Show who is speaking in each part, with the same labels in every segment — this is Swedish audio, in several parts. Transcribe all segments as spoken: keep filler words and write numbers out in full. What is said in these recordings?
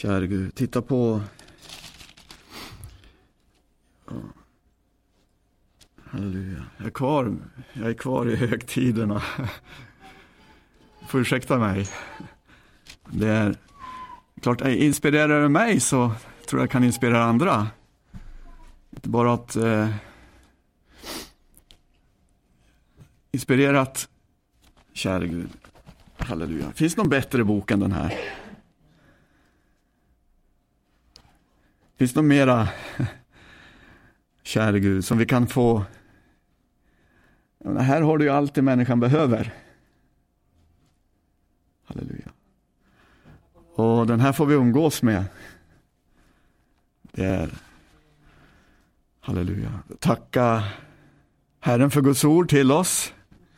Speaker 1: Kära Gud, titta på... Ja. Halleluja. Jag är kvar, jag är kvar i högtiderna. Får ursäkta mig. Det är klart, inspirerar det mig så tror jag kan inspirera andra. Inte bara att eh, inspirerat, kära Gud. Halleluja. Finns det någon bättre bok än den här? Finns det någon mera, kära Gud, som vi kan få? Här har du ju allt det människan behöver. Halleluja. Och den här får vi umgås med. Det är... Halleluja. Tacka Herren för Guds ord till oss.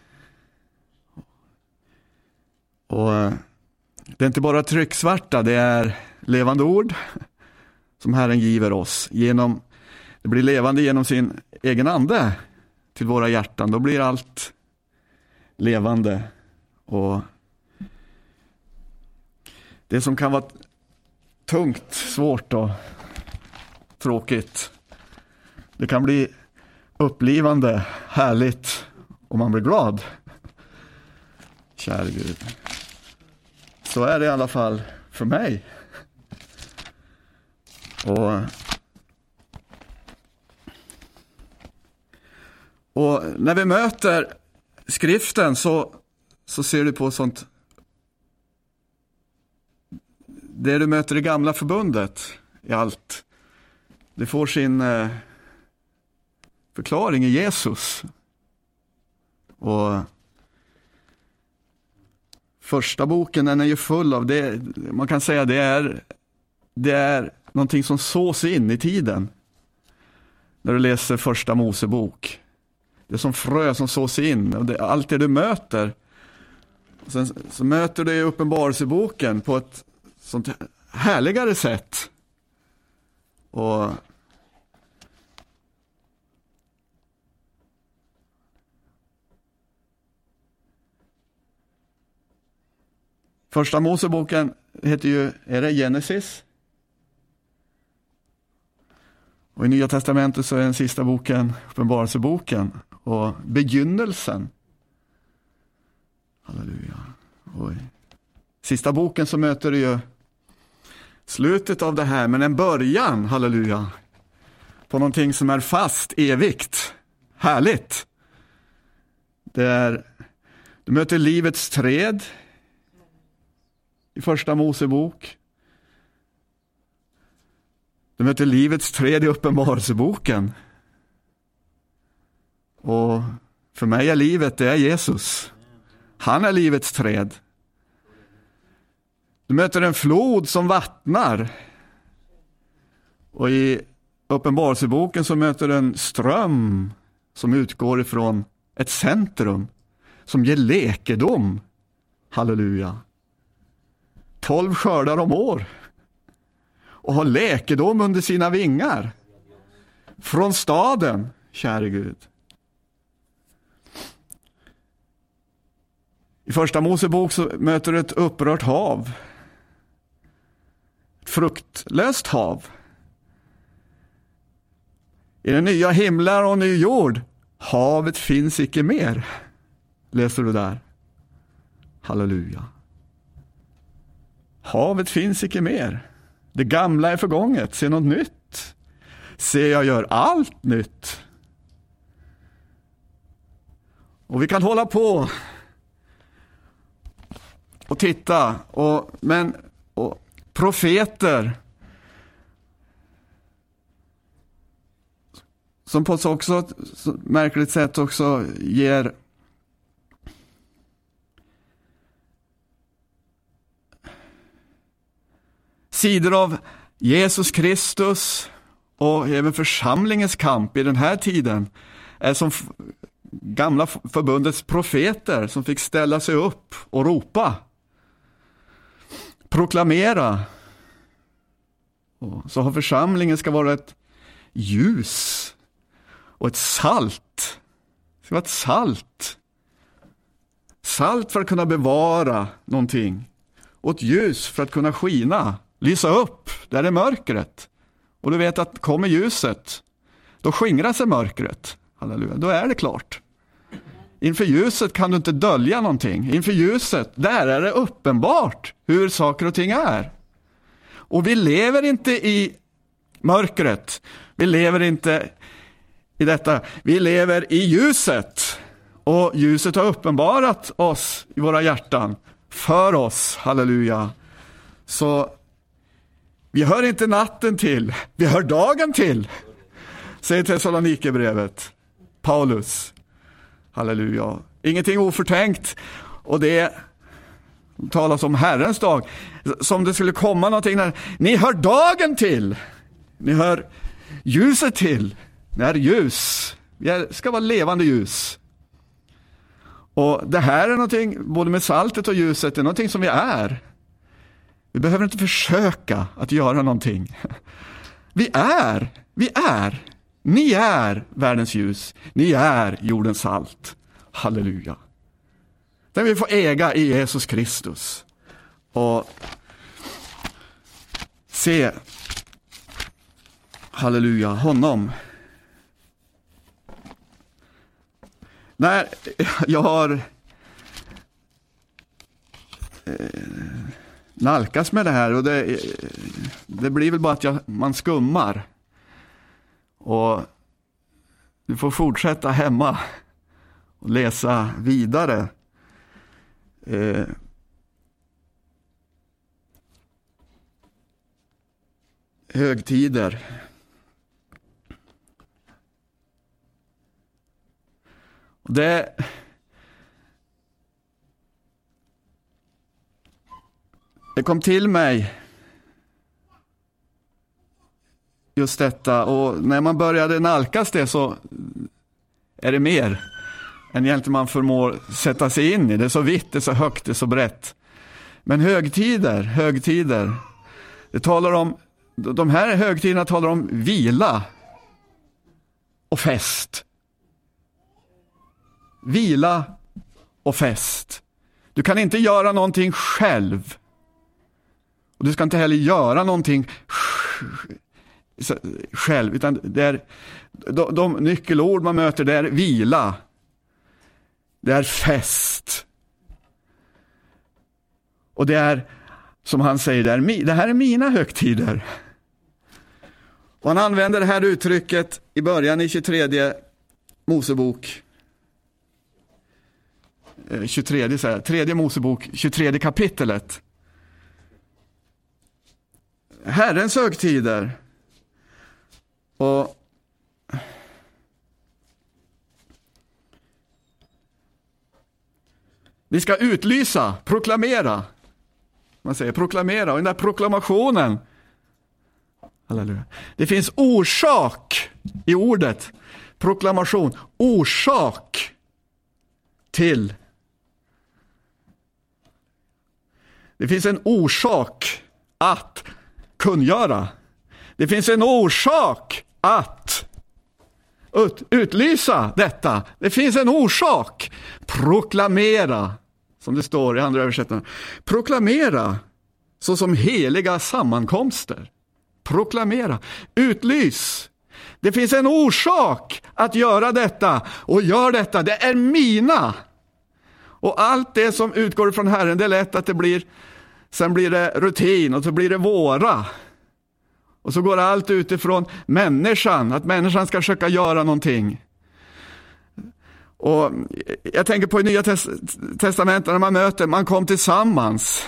Speaker 1: Och det är inte bara trycksvarta, det är levande ord som Herren giver oss. Genom, det blir levande genom sin egen ande till våra hjärtan. Då blir allt levande. Och det som kan vara tungt, svårt och tråkigt, det kan bli upplivande, härligt och man blir glad. Kära Gud. Så är det i alla fall för mig. Och, och när vi möter skriften så, så ser du på sånt. Det du möter i gamla förbundet i allt, det får sin eh, förklaring i Jesus. Och första boken, den är ju full av det. Man kan säga det är det är någonting som sås in i tiden. När du läser första Mosebok. Det är som frö som sås in. Och det, allt det du möter. Sen så möter du i Uppenbarelseboken på ett sånt härligare sätt. Och första Moseboken heter ju, är det Genesis? Och i Nya testamentet så är den sista boken Uppenbarelseboken och begynnelsen. Halleluja. Oj. Sista boken så möter du ju slutet av det här, men en början, halleluja, på någonting som är fast, evigt, härligt. Det är, du möter livets träd i första Mosebok. Du möter livets träd i Uppenbarelseboken. Och för mig är livet, det är Jesus. Han är livets träd. Du möter en flod som vattnar. Och i Uppenbarelseboken så möter du en ström som utgår ifrån ett centrum som ger läkedom. Halleluja. Tolv skördar om år. Och har läkedom under sina vingar. Från staden, kära Gud. I första Mosebok så möter du ett upprört hav. Ett fruktlöst hav. I den nya himlar och ny jord. Havet finns icke mer. Läser du där. Halleluja. Havet finns icke mer. Det gamla är förgånget. Se något nytt. Se, jag gör allt nytt. Och vi kan hålla på och titta. Och, men och profeter som på ett också så märkligt sätt också ger sidor av Jesus Kristus och även församlingens kamp i den här tiden är som f- gamla förbundets profeter som fick ställa sig upp och ropa, proklamera. Och så har församlingen ska vara ett ljus och ett salt. Det ska vara ett salt. Salt för att kunna bevara någonting. Och ett ljus för att kunna skina lysa upp där är mörkret. Och du vet att kommer ljuset, då skingrar sig mörkret. Halleluja, då är det klart. Inför ljuset kan du inte dölja någonting. Inför ljuset, där är det uppenbart hur saker och ting är. Och vi lever inte i mörkret. Vi lever inte i detta. Vi lever i ljuset. Och ljuset har uppenbarat oss i våra hjärtan för oss. Halleluja. Så vi hör inte natten till. Vi hör dagen till. Säger Thessalonikerbrevet. Paulus. Halleluja. Ingenting oförtänkt. Och det talas om Herrens dag. Som det skulle komma någonting när ni hör dagen till. Ni hör ljuset till. Det är ljus. Vi ska vara levande ljus. Och det här är någonting, både med saltet och ljuset, det är någonting som vi är. Vi behöver inte försöka att göra någonting. Vi är, vi är. Ni är världens ljus. Ni är jordens salt. Halleluja. Den vi får äga i Jesus Kristus. Och se, halleluja, honom. När jag har eh, nalkas med det här, och det, det blir väl bara att jag, man skummar. Och du får fortsätta hemma och läsa vidare. Eh, högtider. Och det det kom till mig just detta, och när man började nalkas det så är det mer än egentligen man förmår sätta sig in i. Det är så vitt, det är så högt, det är så brett. Men högtider, högtider, det talar om, de här högtiderna talar om vila och fest. Vila och fest. Du kan inte göra någonting själv. Och du ska inte heller göra någonting själv, utan det är de, de nyckelord man möter, det är vila. Det är fest. Och det är, som han säger, det, är, det här är mina högtider. Och han använder det här uttrycket i början i tjugotredje Mosebok. tjugotredje, så här, tredje Mosebok, tjugotredje kapitlet. Herrens högtider. Och vi ska utlysa, proklamera. Man säger proklamera, och den där proklamationen. Halleluja. Det finns orsak i ordet proklamation. Orsak till. Det finns en orsak att kungöra. Det finns en orsak att ut, utlysa detta. Det finns en orsak. Proklamera, som det står i andra översättningar. Proklamera så som heliga sammankomster. Proklamera. Utlys. Det finns en orsak att göra detta, och gör detta. Det är mina. Och allt det som utgår från Herren, det är lätt att det blir, sen blir det rutin, och så blir det våra. Och så går allt utifrån människan, att människan ska försöka göra någonting. Och jag tänker på i Nya testamentet när man möter, man kom tillsammans.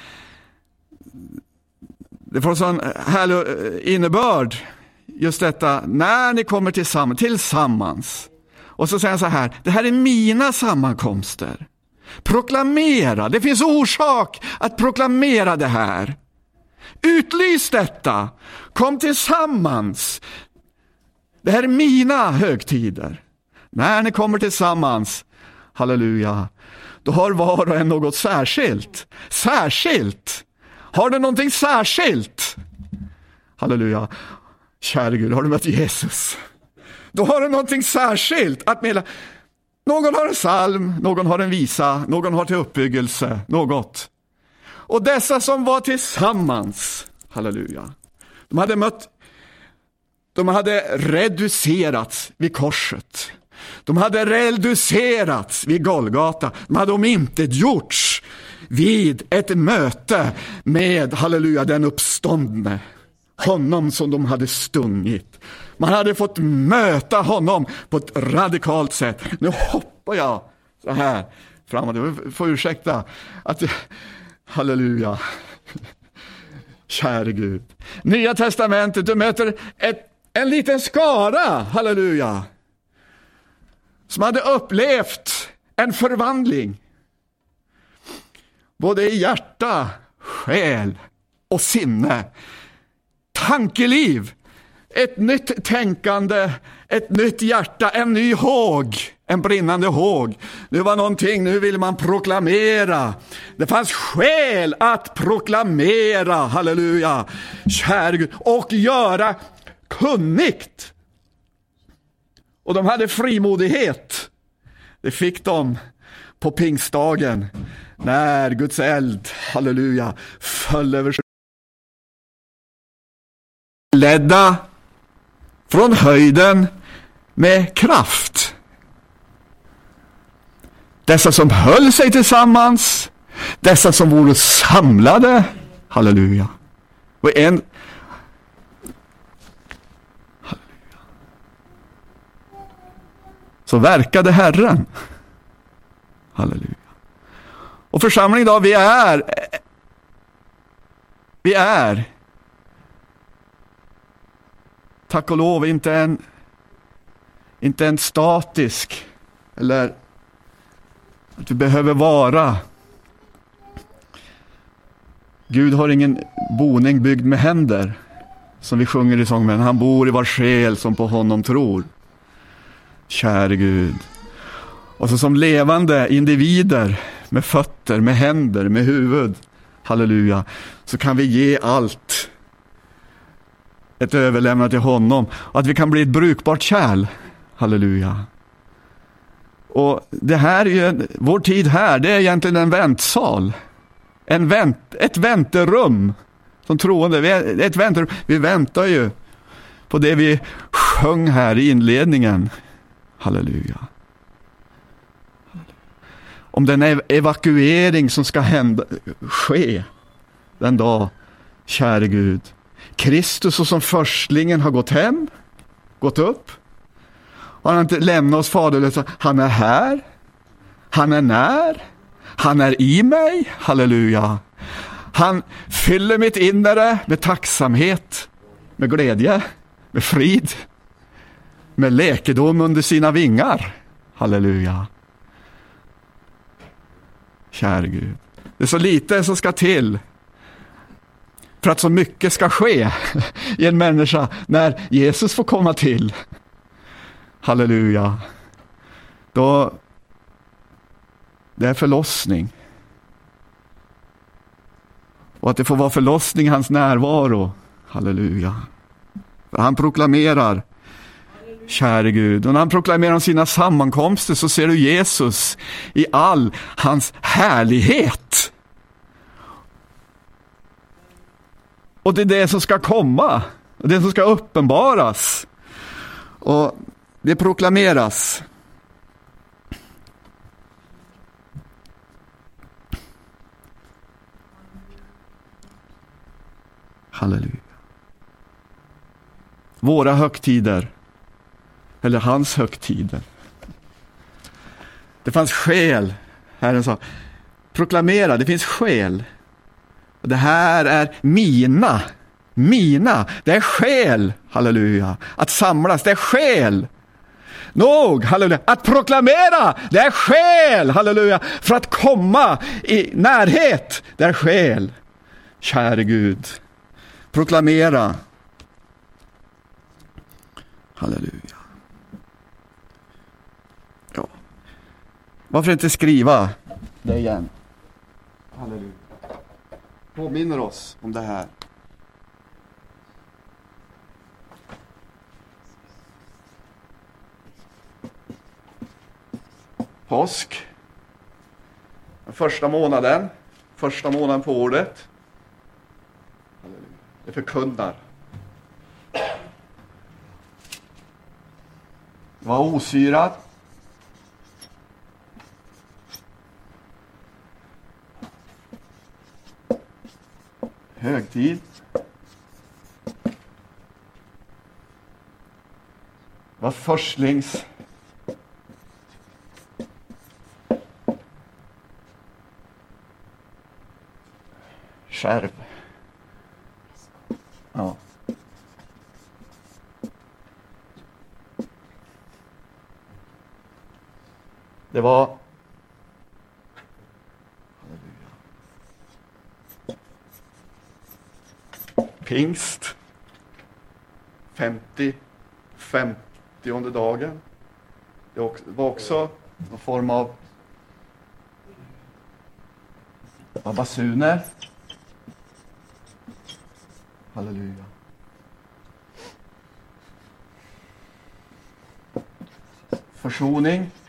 Speaker 1: Det får en sån härlig innebörd, just detta, när ni kommer tillsammans, tillsammans. Och så säger han så här, det här är mina sammankomster. Proklamera, det finns orsak att proklamera det här. Utlys detta, kom tillsammans. Det här är mina högtider. När ni kommer tillsammans, halleluja, då har var och en något särskilt. Särskilt. Har du någonting särskilt? Halleluja. Kära Gud, har du mött Jesus? Då har du någonting särskilt att meddela. Någon har en psalm, någon har en visa, någon har till uppbyggelse, något. Och dessa som var tillsammans, Halleluja. De hade mött, de hade reducerats vid korset. De hade reducerats vid Golgata. De hade omintetgjorts vid ett möte med, halleluja, den uppståndne. Honom som de hade stungit. Man hade fått möta honom på ett radikalt sätt. Nu hoppar jag så här framåt. Jag får ursäkta att, halleluja. Käre Gud. Nya testamentet, du möter ett, en liten skara, halleluja, som hade upplevt en förvandling. Både i hjärta, själ och sinne. Tankeliv. Ett nytt tänkande, ett nytt hjärta, en ny håg, en brinnande håg. Nu var någonting, nu vill man proklamera. Det fanns skäl att proklamera, halleluja, käre Gud, och göra kunnigt. Och de hade frimodighet. Det fick de på pingstdagen när Guds eld, halleluja, föll över sig. Ledda från höjden med kraft. Dessa som höll sig tillsammans, dessa som vore samlade, halleluja. Och en halleluja. Så verkade Herren. Halleluja. Och församlingen idag, vi är vi är tack och lov inte en inte en statisk, eller att vi behöver vara. Gud har ingen boning byggd med händer, som vi sjunger i sången. Han bor i var själ som på honom tror. Käre Gud. Och så som levande individer med fötter, med händer, med huvud, halleluja, så kan vi ge allt ett överlämnat till honom, och att vi kan bli ett brukbart kärl, halleluja. Och det här är ju en, vår tid här, det är egentligen en väntsal, en vänt, ett vänterum som troende, vi, är, ett vänterum. Vi väntar ju på det vi sjöng här i inledningen, halleluja. Om den ev- evakuering som ska hända, ske den dag, käre Gud. Kristus, och som förstlingen har gått hem, gått upp. Han har inte lämnat oss faderlösa. Han är här. Han är när. Han är i mig. Halleluja. Han fyller mitt inre med tacksamhet, med glädje, med frid, med läkedom under sina vingar. Halleluja. Käre Gud. Det är så lite som ska till för att så mycket ska ske i en människa när Jesus får komma till. Halleluja. Då det är förlossning. Och att det får vara förlossning i hans närvaro. Halleluja. För han proklamerar, käre Gud. Och när han proklamerar om sina sammankomster så ser du Jesus i all hans härlighet. Och det är det som ska komma. Det som ska uppenbaras. Och det proklameras. Halleluja. Våra högtider. Eller hans högtider. Det fanns skäl. Herren sa, proklamera, det finns skäl. Det här är mina. Mina. Det är skäl. Halleluja. Att samlas, det är skäl. Nog, halleluja. Att proklamera, det är skäl. Halleluja. För att komma i närhet, det är skäl. Käre Gud. Proklamera. Halleluja. Ja. Varför inte skriva det igen? Halleluja. Påminner oss om det här. Påsk. Första månaden. Första månaden på året. Det förkunnar. Det var osyrat. Högtid. Det var förslings. Skärv. Ja. Det var pingst. femtio femtionde dagen. Det var också någon form av av basuner. Halleluja. Försoning.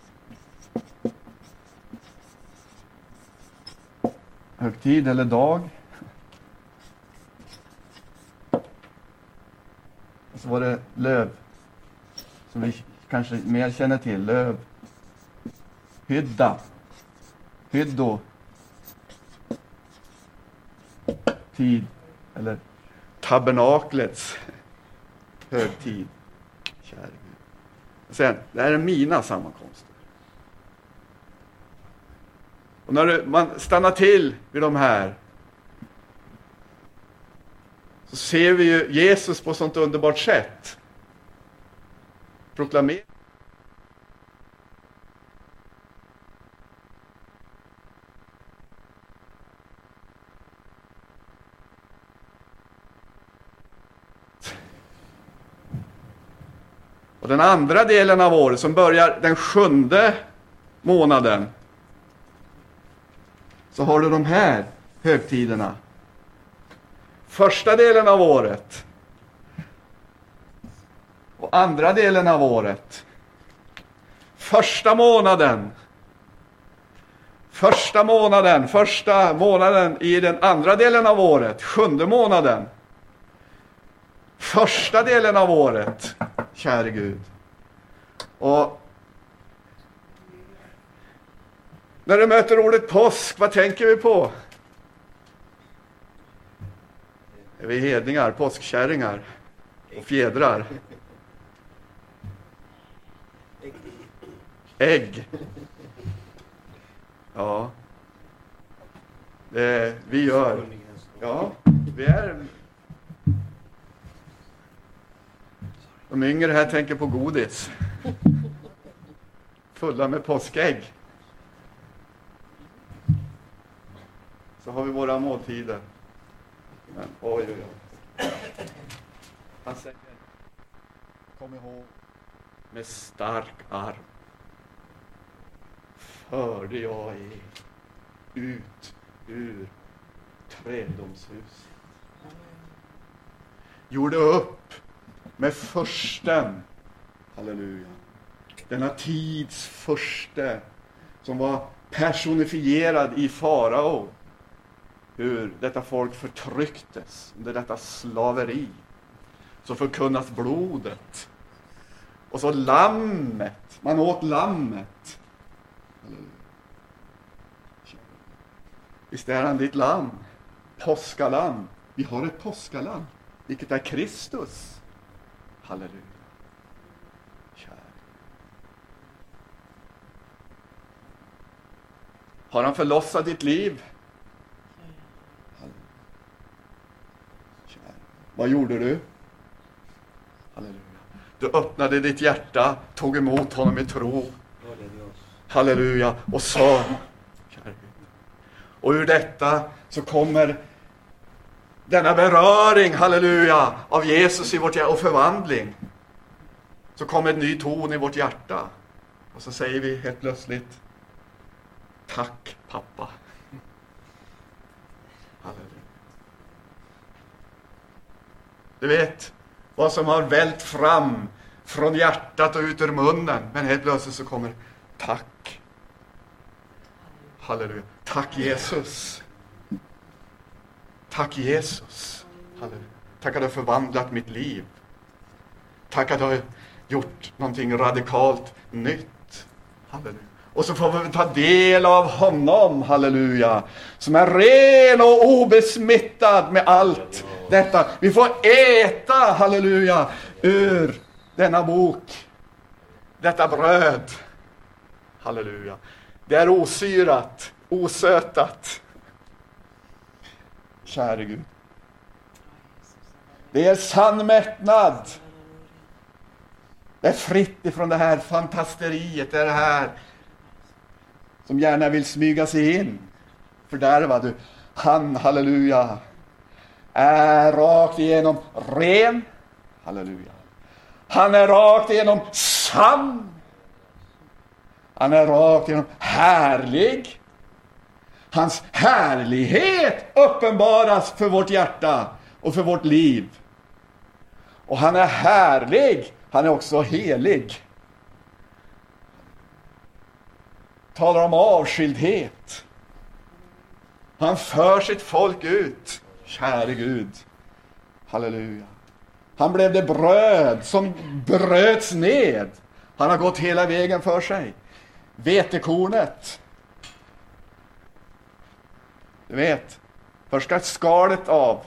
Speaker 1: Högtid eller dag. Och så var det löv. Som vi kanske mer känner till. Löv. Hydda. Hyddo. Tid. Eller tabernaklets högtid. Kära Gud. Sen, det här är mina sammankomster. Och när man stannar till vid de här så ser vi ju Jesus på sånt underbart sätt. Proklamera. Och den andra delen av året som börjar den sjunde månaden så har du de här högtiderna. Första delen av året och andra delen av året. Första månaden. Första månaden, första månaden i den andra delen av året, sjunde månaden. Första delen av året, käre Gud. Och när du möter ordet påsk, vad tänker vi på? Är vi hedningar, påskkärringar och fjädrar? Ägg. Ja. Det vi gör. Ja, vi är. De yngre här tänker på godis. Fulla med påskägg. Så har vi våra måltider. Men oj, oj, oj. Han säger, kom ihåg, med stark arm förde jag er ut ur träddomshus. Gjorde upp med försten, halleluja, denna tids förste som var personifierad i farao. Hur detta folk förtrycktes under detta slaveri. Så förkunnas blodet. Och så lammet. Man åt lammet. Visst är han ditt lamm. Påskalam. Vi har ett påskalam. Vilket är Kristus. Halleluja. Kär. Har han förlossat ditt liv? Vad gjorde du? Halleluja. Du öppnade ditt hjärta, tog emot honom i tro. Halleluja. Och sa, och ur detta så kommer denna beröring, halleluja, av Jesus i vårt hjärta och förvandling. Så kommer en ny ton i vårt hjärta. Och så säger vi helt plötsligt, tack pappa. Halleluja. Du vet vad som har vält fram från hjärtat och ut ur munnen. Men helt plötsligt så kommer tack. Halleluja. Tack Jesus. Tack Jesus. Halleluja. Tack att du har förvandlat mitt liv. Tack att du har gjort någonting radikalt nytt. Halleluja. Och så får vi ta del av honom, halleluja, som är ren och obesmittad med allt detta. Vi får äta, halleluja, ur denna bok, detta bröd, halleluja. Det är osyrat, osötat. Käre Gud. Det är sann mättnad. Det är fritt ifrån det här fantasteriet, det är det här som gärna vill smyga sig in. Fördärva du. Han, halleluja, är rakt igenom ren. Halleluja. Han är rakt igenom sann. Han är rakt igenom härlig. Hans härlighet uppenbaras för vårt hjärta och för vårt liv. Och han är härlig. Han är också helig. Talar om avskildhet. Han för sitt folk ut. Käre Gud. Halleluja. Han blev det bröd som bröts ned. Han har gått hela vägen för sig. Vetekornet. Du vet. Först ska skalet av.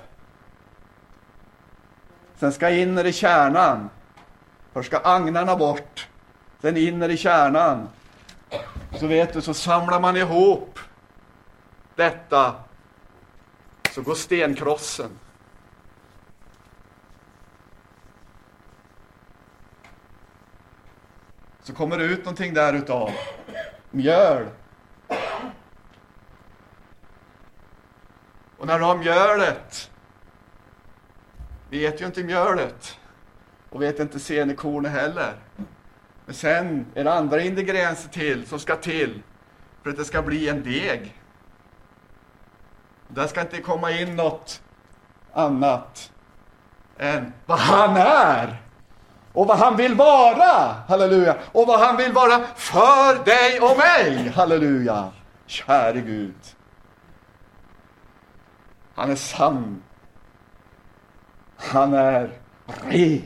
Speaker 1: Sen ska inner i kärnan. Först ska agnarna bort. Sen inner i kärnan. Så vet du, så samlar man ihop detta. Så går stenkrossen. Så kommer det ut någonting där utav mjöl. Och när du har mjölet, vi äter ju inte mjölet och vet inte senekornet heller. Men sen är det andra ingredienser till som ska till för att det ska bli en deg. Där ska inte komma in något annat än vad han är. Och vad han vill vara, halleluja. Och vad han vill vara för dig och mig, halleluja. Käre Gud. Han är sann. Han är ren.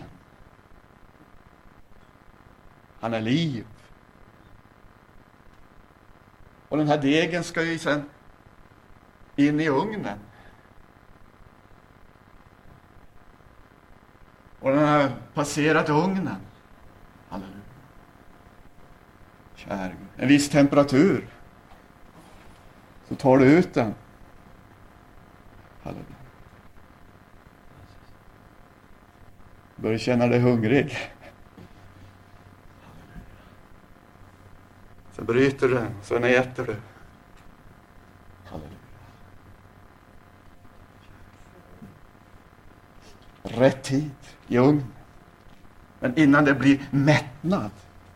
Speaker 1: Han är liv. Och den här degen ska ju sen in i ugnen. Och den har passerat ugnen. Halleluja. Käre Gud. En viss temperatur. Så tar du ut den. Halleluja. Börjar känna dig hungrig. Sen bryter du den. Sen äter du. Halleluja. Rätt tid i ugn. Men innan det blir mättnad.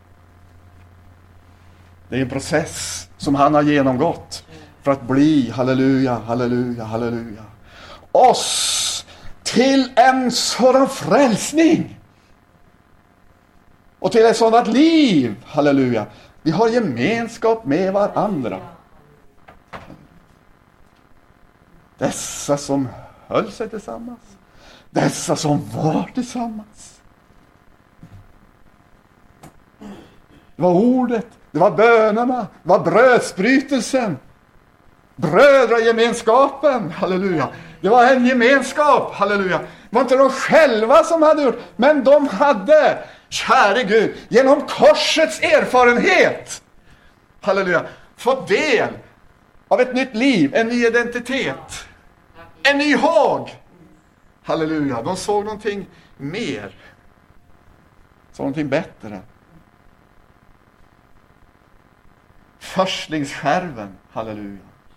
Speaker 1: Det är en process som han har genomgått för att bli, halleluja, halleluja, halleluja, oss till en sådan frälsning och till ett sådant liv, halleluja. Vi har gemenskap med varandra. Dessa som höll sig tillsammans. Dessa som var tillsammans. Det var ordet, det var bönerna, det var brödsbrytelsen. Brödragemenskapen, halleluja. Det var en gemenskap, halleluja. Det var inte de själva som hade gjort, men de hade, käre Gud, genom korsets erfarenhet, halleluja, fått del av ett nytt liv, en ny identitet, en ny håg. Halleluja, de såg någonting mer. Såg någonting bättre. Förstlingsskärven, halleluja.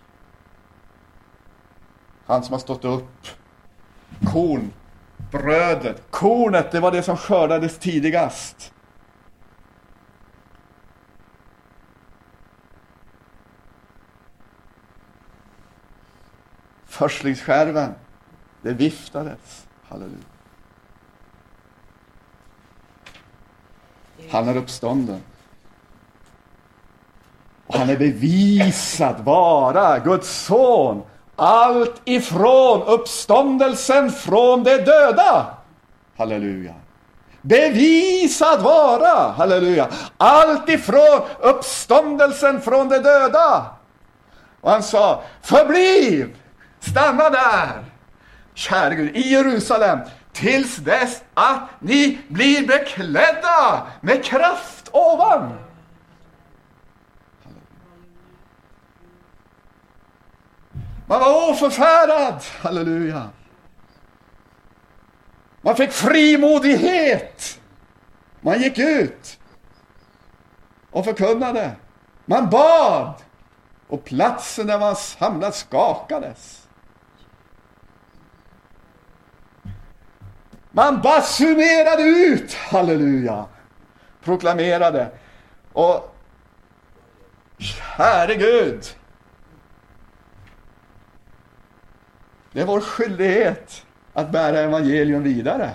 Speaker 1: Han som har stått upp. Korn, brödet. Kornet, det var det som skördades tidigast. Förstlingsskärven, det viftades. Halleluja. Han är uppstånden. Och han är bevisad vara Guds son allt ifrån uppståndelsen från de döda. Halleluja. Bevisad vara. Halleluja. Allt ifrån uppståndelsen från de döda. Och han sa, förbliv, stanna där, kära Gud, i Jerusalem, tills dess att ni blir beklädda med kraft ovan. Man var oförfärad, halleluja. Man fick frimodighet. Man gick ut och förkunnade. Man bad. Och platsen där man samlades skakades. Man basunerade ut, halleluja. Proklamerade. Och käre Gud, det är vår skyldighet att bära evangelium vidare.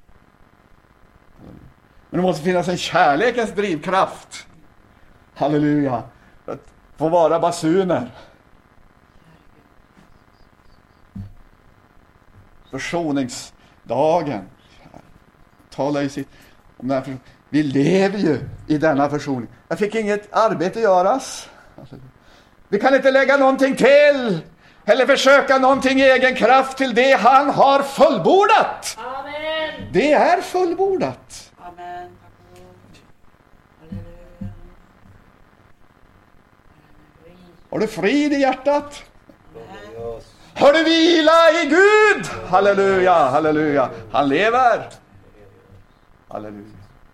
Speaker 1: Men det måste finnas en kärlekens drivkraft. Halleluja. Att få vara basuner. Försoningsdagen. Talar ju sitt om den här. Vi lever ju i denna försoning. Jag fick inget arbete göras. Vi kan inte lägga någonting till. Eller försöka någonting i egen kraft till det han har fullbordat.
Speaker 2: Amen.
Speaker 1: Det är fullbordat.
Speaker 2: Amen.
Speaker 1: Har du frid i hjärtat? Har du vila i Gud? Halleluja, halleluja. Han lever. Halleluja.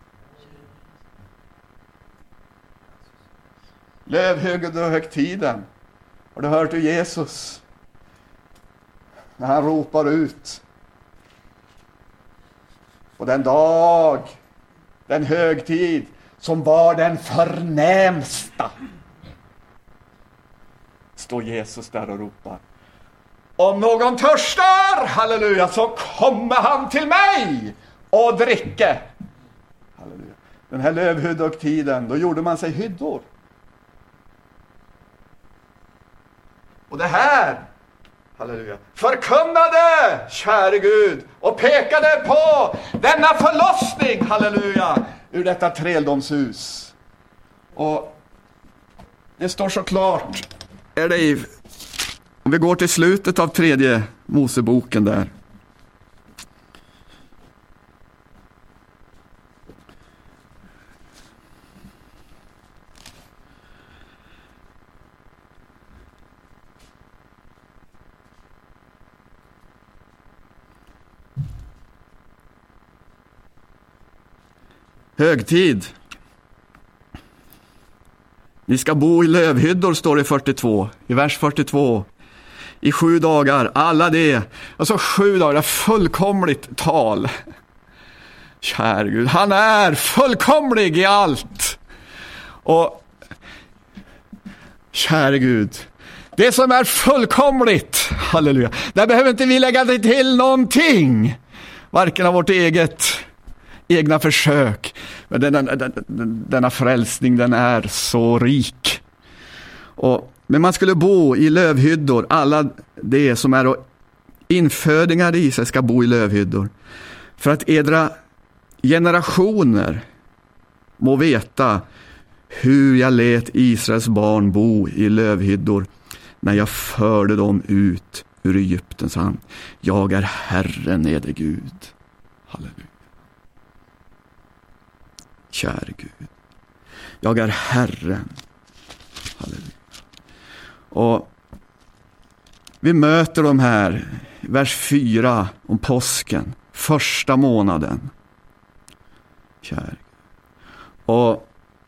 Speaker 1: Lövhögtiden. Har du hört hur Jesus, när han ropar ut på den dag, den högtid som var den förnämsta, står Jesus där och ropar: om någon törstar, halleluja, så kommer han till mig och dricke. Halleluja. Den här lövhögtiden, då gjorde man sig hyddor. Och det här, halleluja, förkunnade, käre Gud, och pekade på denna förlossning, halleluja, ur detta träldomshus. Och det står så klart, är det i, om vi går till slutet av tredje Moseboken där. Högtid. Ni ska bo i lövhyddor, står det i fyrtiotvå. I vers fyrtiotvå. I sju dagar. Alla det. Alltså sju dagar. Fullkomligt tal. Kära Gud. Han är fullkomlig i allt. Och kära Gud. Det som är fullkomligt. Halleluja. Där behöver inte vi lägga till någonting. Varken av vårt eget egna försök. Men denna, denna, denna frälsning, den är så rik. Och, men man skulle bo i lövhyddor. Alla det som är infödingar i sig ska bo i lövhyddor. För att edra generationer må veta hur jag lät Israels barn bo i lövhyddor när jag förde dem ut ur Egyptens hand. Jag är Herren, eder Gud. Halleluja. Käre Gud. Jag är Herren. Halleluja. Och vi möter de här vers fyra om påsken. Första månaden. Käre Gud. Och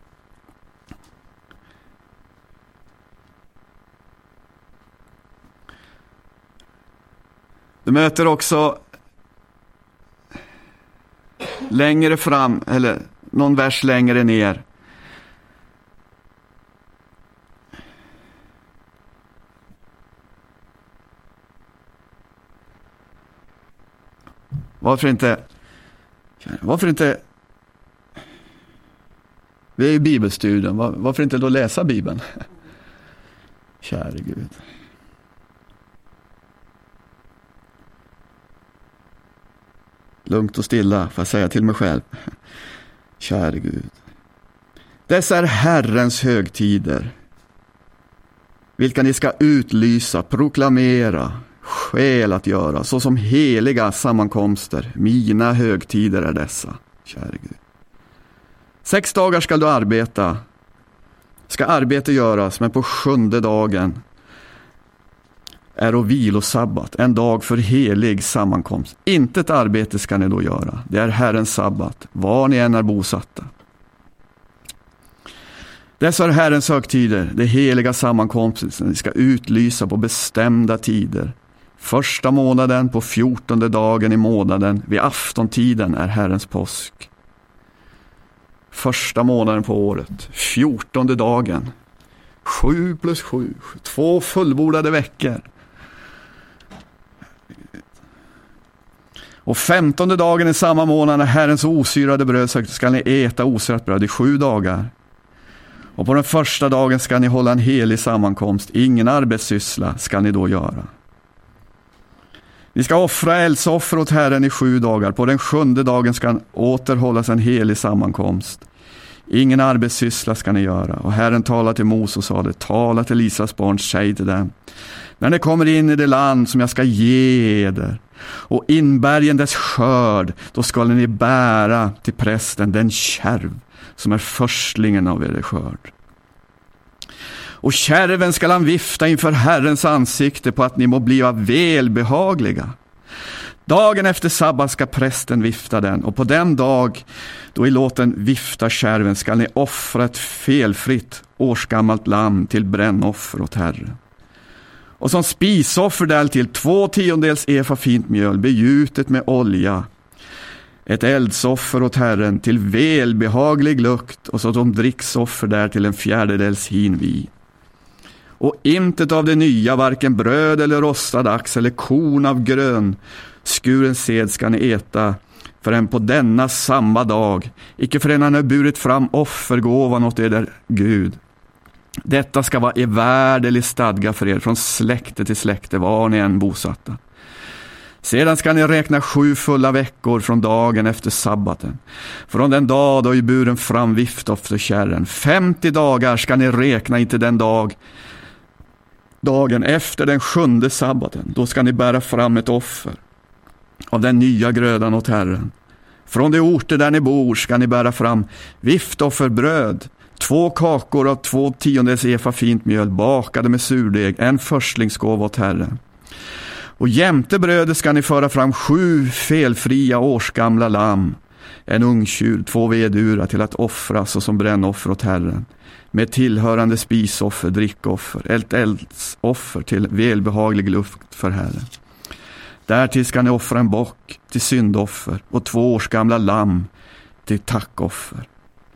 Speaker 1: du möter också längre fram, eller någon vers längre ner. Varför inte varför inte vi är i bibelstudien, varför inte då läsa Bibeln? Käre Gud. lugnt och stilla, får jag säga till mig själv. Käre Gud. Dessa är Herrens högtider, vilka ni ska utlysa, proklamera, skäl att göra, så som heliga sammankomster. Mina högtider är dessa, käre Gud. Sex dagar ska du arbeta, ska arbete göras, men på sjunde dagen är och vilosabbat, en dag för helig sammankomst. Inte ett arbete ska ni då göra. Det är Herrens sabbat, var ni än är bosatta. Dessa är Herrens högtider, det heliga sammankomsten som ni ska utlysa på bestämda tider. Första månaden på fjortonde dagen i månaden, vid aftontiden är Herrens påsk. Första månaden på året, fjortonde dagen. Sju plus sju, två fullbordade veckor. Och femtonde dagen i samma månad när Herrens osyrade bröd ska ni äta osyrat bröd i sju dagar. Och på den första dagen ska ni hålla en helig sammankomst. Ingen arbetssyssla ska ni då göra. Ni ska offra eldsoffer åt Herren i sju dagar. På den sjunde dagen ska återhållas en helig sammankomst. Ingen arbetssyssla ska ni göra. Och Herren talade till Mose och sa det. Tala till Israels barn, säg till dem. När ni kommer in i det land som jag ska ge er och inbergen dess skörd, då ska ni bära till prästen den kärv som är förstlingen av er skörd. Och kärven ska han vifta inför Herrens ansikte på att ni må bliva välbehagliga. Dagen efter sabbat ska prästen vifta den, och på den dag då i låten vifta kärven ska ni offra ett felfritt årsgammalt lamm till brännoffer åt Herren. Och som spisoffer där till två tiondels efa fint mjöl begjutet med olja, ett eldsoffer åt Herren till välbehaglig lukt, och så som dricksoffer där till en fjärdedels hin vin. Och intet av det nya, varken bröd eller rostad ax eller korn av grön skuren sed ska ni äta förrän på denna samma dag, icke förrän han har burit fram offergåvan åt er där Gud. Detta ska vara i värdelig stadga för er från släkte till släkte, var ni än bosatta. Sedan ska ni räkna sju fulla veckor från dagen efter sabbaten, från den dag då i buren fram viftoffer kärren. femtio dagar ska ni räkna inte den dag dagen efter den sjunde sabbaten. Då ska ni bära fram ett offer av den nya grödan åt Herren. Från de orter där ni bor ska ni bära fram viftofferbröd, två kakor av två tiondels efa fint mjöl bakade med surdeg, en förstlingsgåva åt Herren. Och jämte brödet ska ni föra fram sju felfria årsgamla lamm, en ungtjur, två vedurar till att offras och som brännoffer åt Herren, med tillhörande spisoffer, drickoffer, ett eldsoffer till välbehaglig luft för Herren. Därtill ska ni offra en bock till syndoffer och två årsgamla lamm till tackoffer.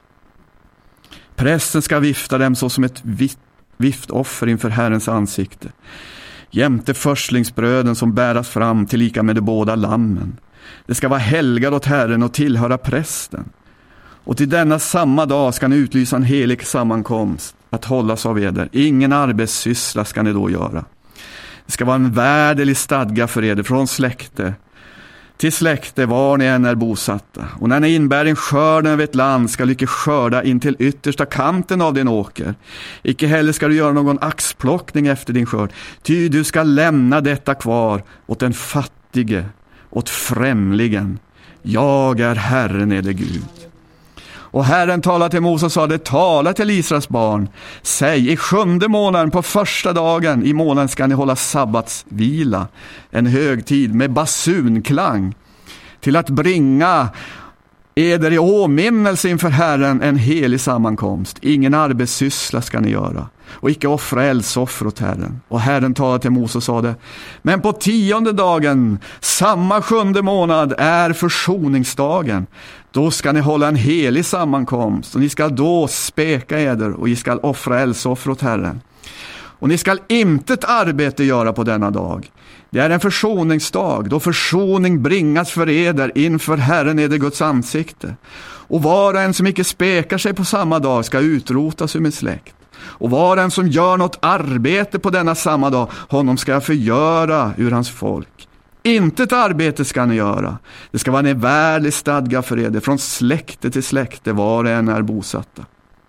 Speaker 1: Prästen ska vifta dem så som ett viftoffer inför Herrens ansikte, jämte förstlingsbröden som bäras fram till lika med de båda lammen. Det ska vara helgad åt Herren och tillhöra prästen. Och till denna samma dag ska ni utlysa en helig sammankomst att hållas av eder. Ingen arbetssyssla ska ni då göra. Det ska vara en värdelig stadga för eder från släkte till släkte, var ni än är bosatta. Och när ni inbär en skörd över ett land ska du icke skörda in till yttersta kanten av din åker. Icke heller ska du göra någon axplockning efter din skörd. Ty du ska lämna detta kvar åt den fattige, åt främlingen. Jag är Herren eder Gud. Och Herren talade till Mose och sa det, tala till Israels barn. Säg, i sjunde månaden på första dagen i månaden ska ni hålla sabbatsvila, en högtid med basunklang, till att bringa eder i åminnelse inför Herren en helig sammankomst. Ingen arbetssyssla ska ni göra och icke offra eldsoffer åt Herren. Och Herren talade till Mose och sa det, men på tionde dagen, samma sjunde månad, är försoningsdagen. Då ska ni hålla en helig sammankomst, och ni ska då späka eder, och ni ska offra eldsoffer åt Herren. Och ni ska intet arbete göra på denna dag. Det är en försoningsdag, då försoning bringas för eder inför Herren eder Guds ansikte. Och var och en som icke späkar sig på samma dag ska utrotas ur min släkt. Och var och en som gör något arbete på denna samma dag, honom ska jag förgöra ur hans folk. Intet arbete ska ni göra. Det ska vara en evärlig stadga för er, från släkte till släkte, var det än är bosatta.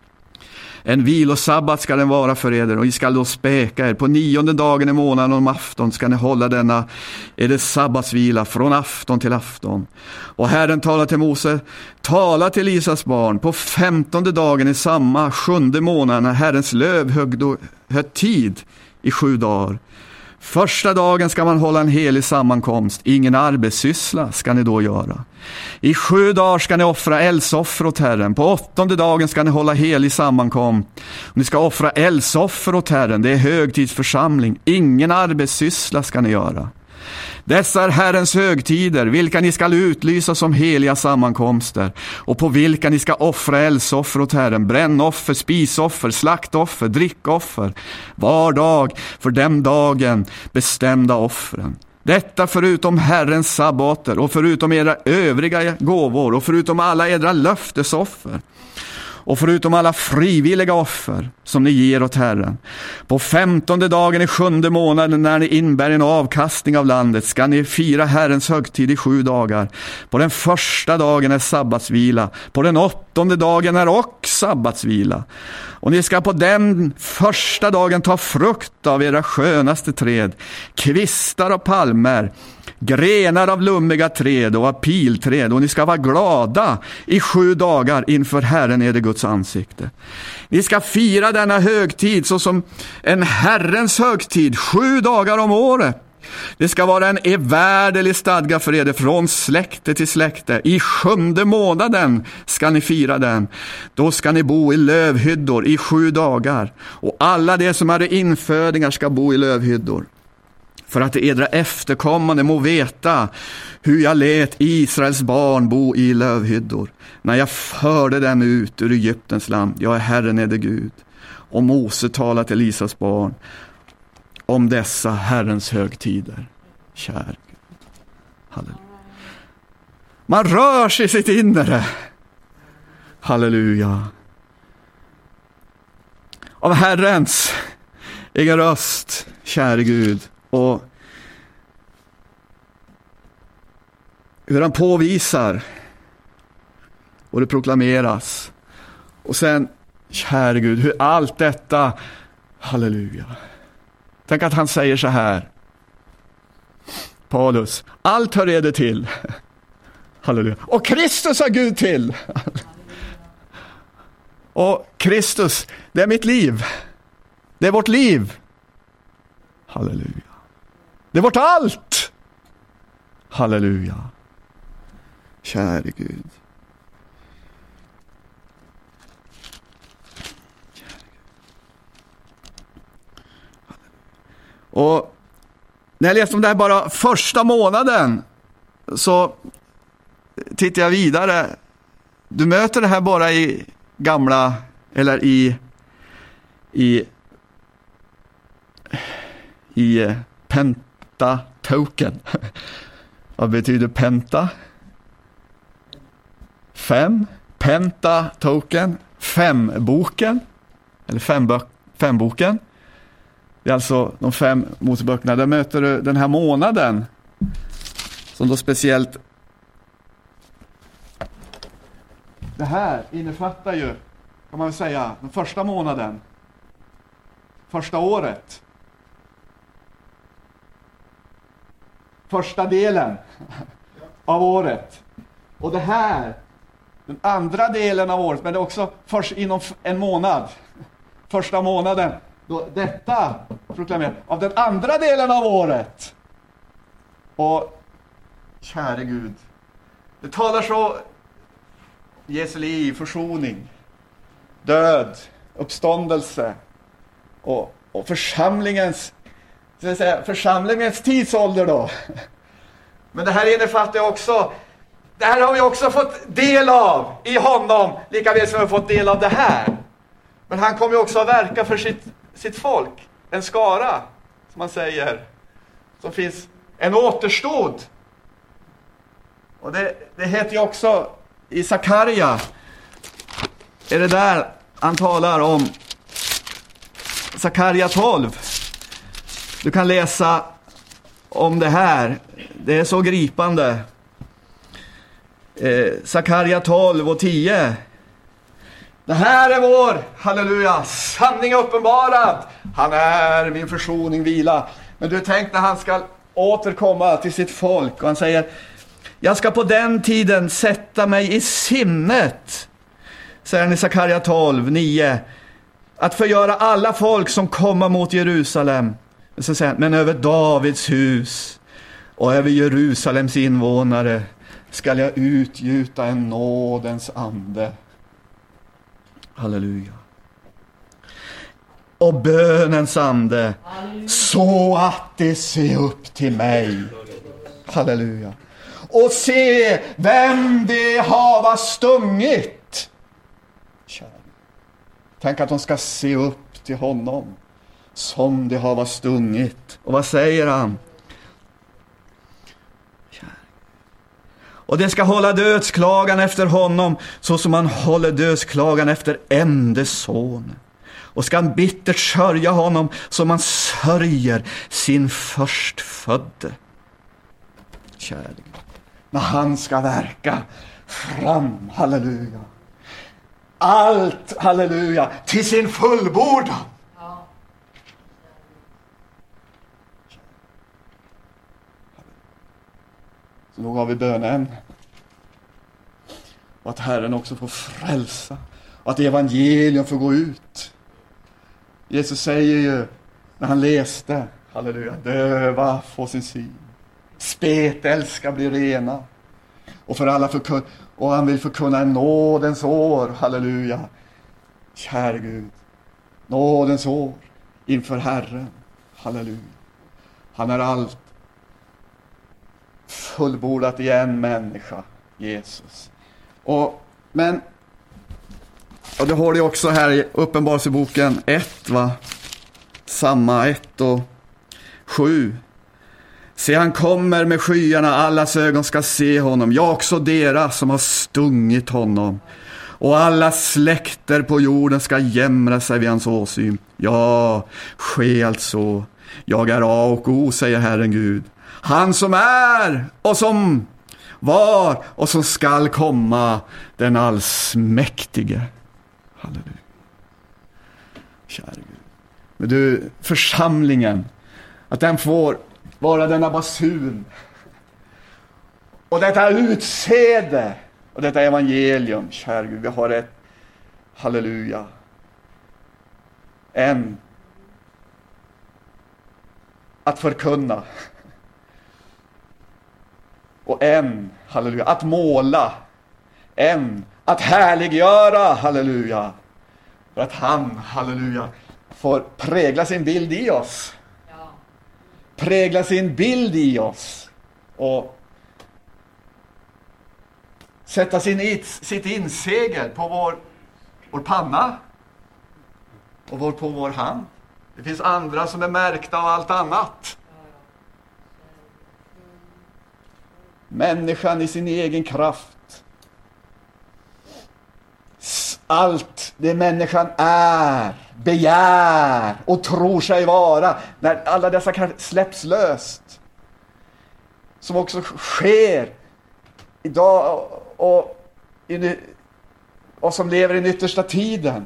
Speaker 1: En vilosabbat ska den vara för er, och ni ska då späka er. På nionde dagen i månaden om afton ska ni hålla denna, är det sabbatsvila från afton till afton. Och Herren talar till Mose, tala till Isas barn, på femtonde dagen i samma sjunde månaden är Herrens lövhögtid i sju dagar. Första dagen ska man hålla en helig sammankomst, ingen arbetssyssla ska ni då göra. I sju dagar ska ni offra eldsoffer åt Herren. På åttonde dagen ska ni hålla helig sammankomst. Ni ska offra eldsoffer åt Herren, det är högtidsförsamling. Ingen arbetssyssla ska ni göra. Dessa är Herrens högtider, vilka ni ska utlysa som heliga sammankomster, och på vilka ni ska offra eldsoffer åt Herren, brännoffer, spisoffer, slaktoffer, drickoffer, var dag för den dagen bestämda offren. Detta förutom Herrens sabbater och förutom era övriga gåvor och förutom alla edra löftesoffer och förutom alla frivilliga offer som ni ger åt Herren. På femtonde dagen i sjunde månaden, när ni inbär en avkastning av landet, ska ni fira Herrens högtid i sju dagar. På den första dagen är sabbatsvila, på den åttonde dagen är också sabbatsvila. Och ni ska på den första dagen ta frukt av era skönaste träd, kvistar och palmer, grenar av lummiga träd och av pilträd, och ni ska vara glada i sju dagar inför Herren är det Guds ansikte. Ni ska fira denna högtid så som en Herrens högtid, sju dagar om året. Det ska vara en evärdelig stadga för er från släkte till släkte. I sjunde månaden ska ni fira den. Då ska ni bo i lövhyddor i sju dagar, och alla de som är infödingar ska bo i lövhyddor. För att edra efterkommande må veta hur jag lät Israels barn bo i lövhyddor, när jag förde dem ut ur Egyptens land. Jag är Herren eder Gud. Och Mose talar till Isas barn om dessa Herrens högtider. Kär Gud. Halleluja. Man rör sig i sitt inre. Halleluja. Av Herrens egen röst, käre Gud. Och hur han påvisar och det proklameras. Och sen, käre Gud, hur allt detta, halleluja. Tänk att han säger så här, Paulus, allt hör eder till. Halleluja. Och Kristus har Gud till. Och Kristus, det är mitt liv. Det är vårt liv. Halleluja. Det är vårt allt. Halleluja. Käre Gud. Och när jag läste om det här bara första månaden, så tittar jag vidare. Du möter det här bara i gamla, eller i i i Pentatoken. Vad betyder penta? Fem. Pentatoken. Femboken. Eller fembö- femboken. Det är alltså de fem Moseböckerna. Där möter du den här månaden, som då speciellt, det här innefattar ju, kan man väl säga, den första månaden, första året, första delen av året. Och det här, den andra delen av året, men det är också först inom en månad, första månaden. Då detta proklamerar av den andra delen av året. Och käre Gud, det talar så Jesu liv, försoning, död, uppståndelse och, och församlingens, så att säga, församlingens tidsålder då. Men det här innefattar också, det här har vi också fått del av i honom, lika väl som vi har fått del av det här. Men han kommer ju också att verka för sitt sitt folk, en skara, som man säger, som finns en återstod. Och det, det heter ju också i Sakaria, är det där han talar om Sakaria tolv. Du kan läsa om det här. Det är så gripande. Eh, Sakarja tolv och tio. Det här är vår, halleluja, sanning uppenbarad. Han är min försoning, vila. Men du, tänk när han ska återkomma till sitt folk och han säger: jag ska på den tiden sätta mig i sinnet, säger han i Sakarja tolv nio, att förgöra alla folk som kommer mot Jerusalem. Så säger han, men över Davids hus och över Jerusalems invånare skall jag utgjuta en nådens ande. Halleluja. Och bönens ande, så att det ser upp till mig. Halleluja. Och se vem det hava stungit. Kär. Tänk att de ska se upp till honom som det hava stungit. Och vad säger han? Kär. Och det ska hålla dödsklagan efter honom, så som man håller dödsklagan efter ende son. Och ska han bittert sörja honom, som man sörjer sin förstfödde. Kärlek. När han ska verka fram, halleluja. Allt, halleluja, till sin fullbordan. Ja. Så nog har vi bönen. Och att Herren också får frälsa. Och att evangelium får gå ut. Jesus säger ju, när han läste, halleluja, döva får sin syn. Spetälska blir rena. Och för alla förkunna, och han vill förkunna en nådens år, halleluja. Kära Gud, nådens år inför Herren, halleluja. Han är allt fullbordat i en människa, Jesus. Och, men, och det har det också här i Uppenbarelseboken ett, va? Samma ett och sju. Se, han kommer med skyarna, allas ögon ska se honom. Ja, också deras som har stungit honom. Och alla släkter på jorden ska jämra sig vid hans åsyn. Ja, ske alltså. Jag är A och O, säger Herren Gud. Han som är och som var och som skall komma, den allsmäktige. Halleluja. Kära Gud. Men du, församlingen, att den får vara denna basun och detta utsäde och detta evangelium, kära Gud, vi har ett, halleluja, en att förkunna och en, halleluja, att måla, en att härliggöra, halleluja, för att han, halleluja, får prägla sin bild i oss. Prägla sin bild i oss och sätta sin its, sitt insegel på vår, vår panna och vår, på vår hand. Det finns andra som är märkta av allt annat. Människan i sin egen kraft. Allt det människan är, begär och tror sig vara, när alla dessa krafter släpps löst, som också sker idag och, och, och som lever i den yttersta tiden.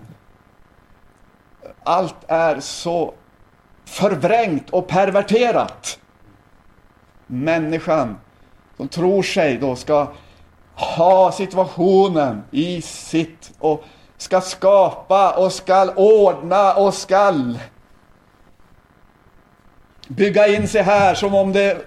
Speaker 1: Allt är så förvrängt och perverterat. Människan som tror sig då ska ha situationen i sitt och ska skapa och ska ordna och ska bygga in sig här som om det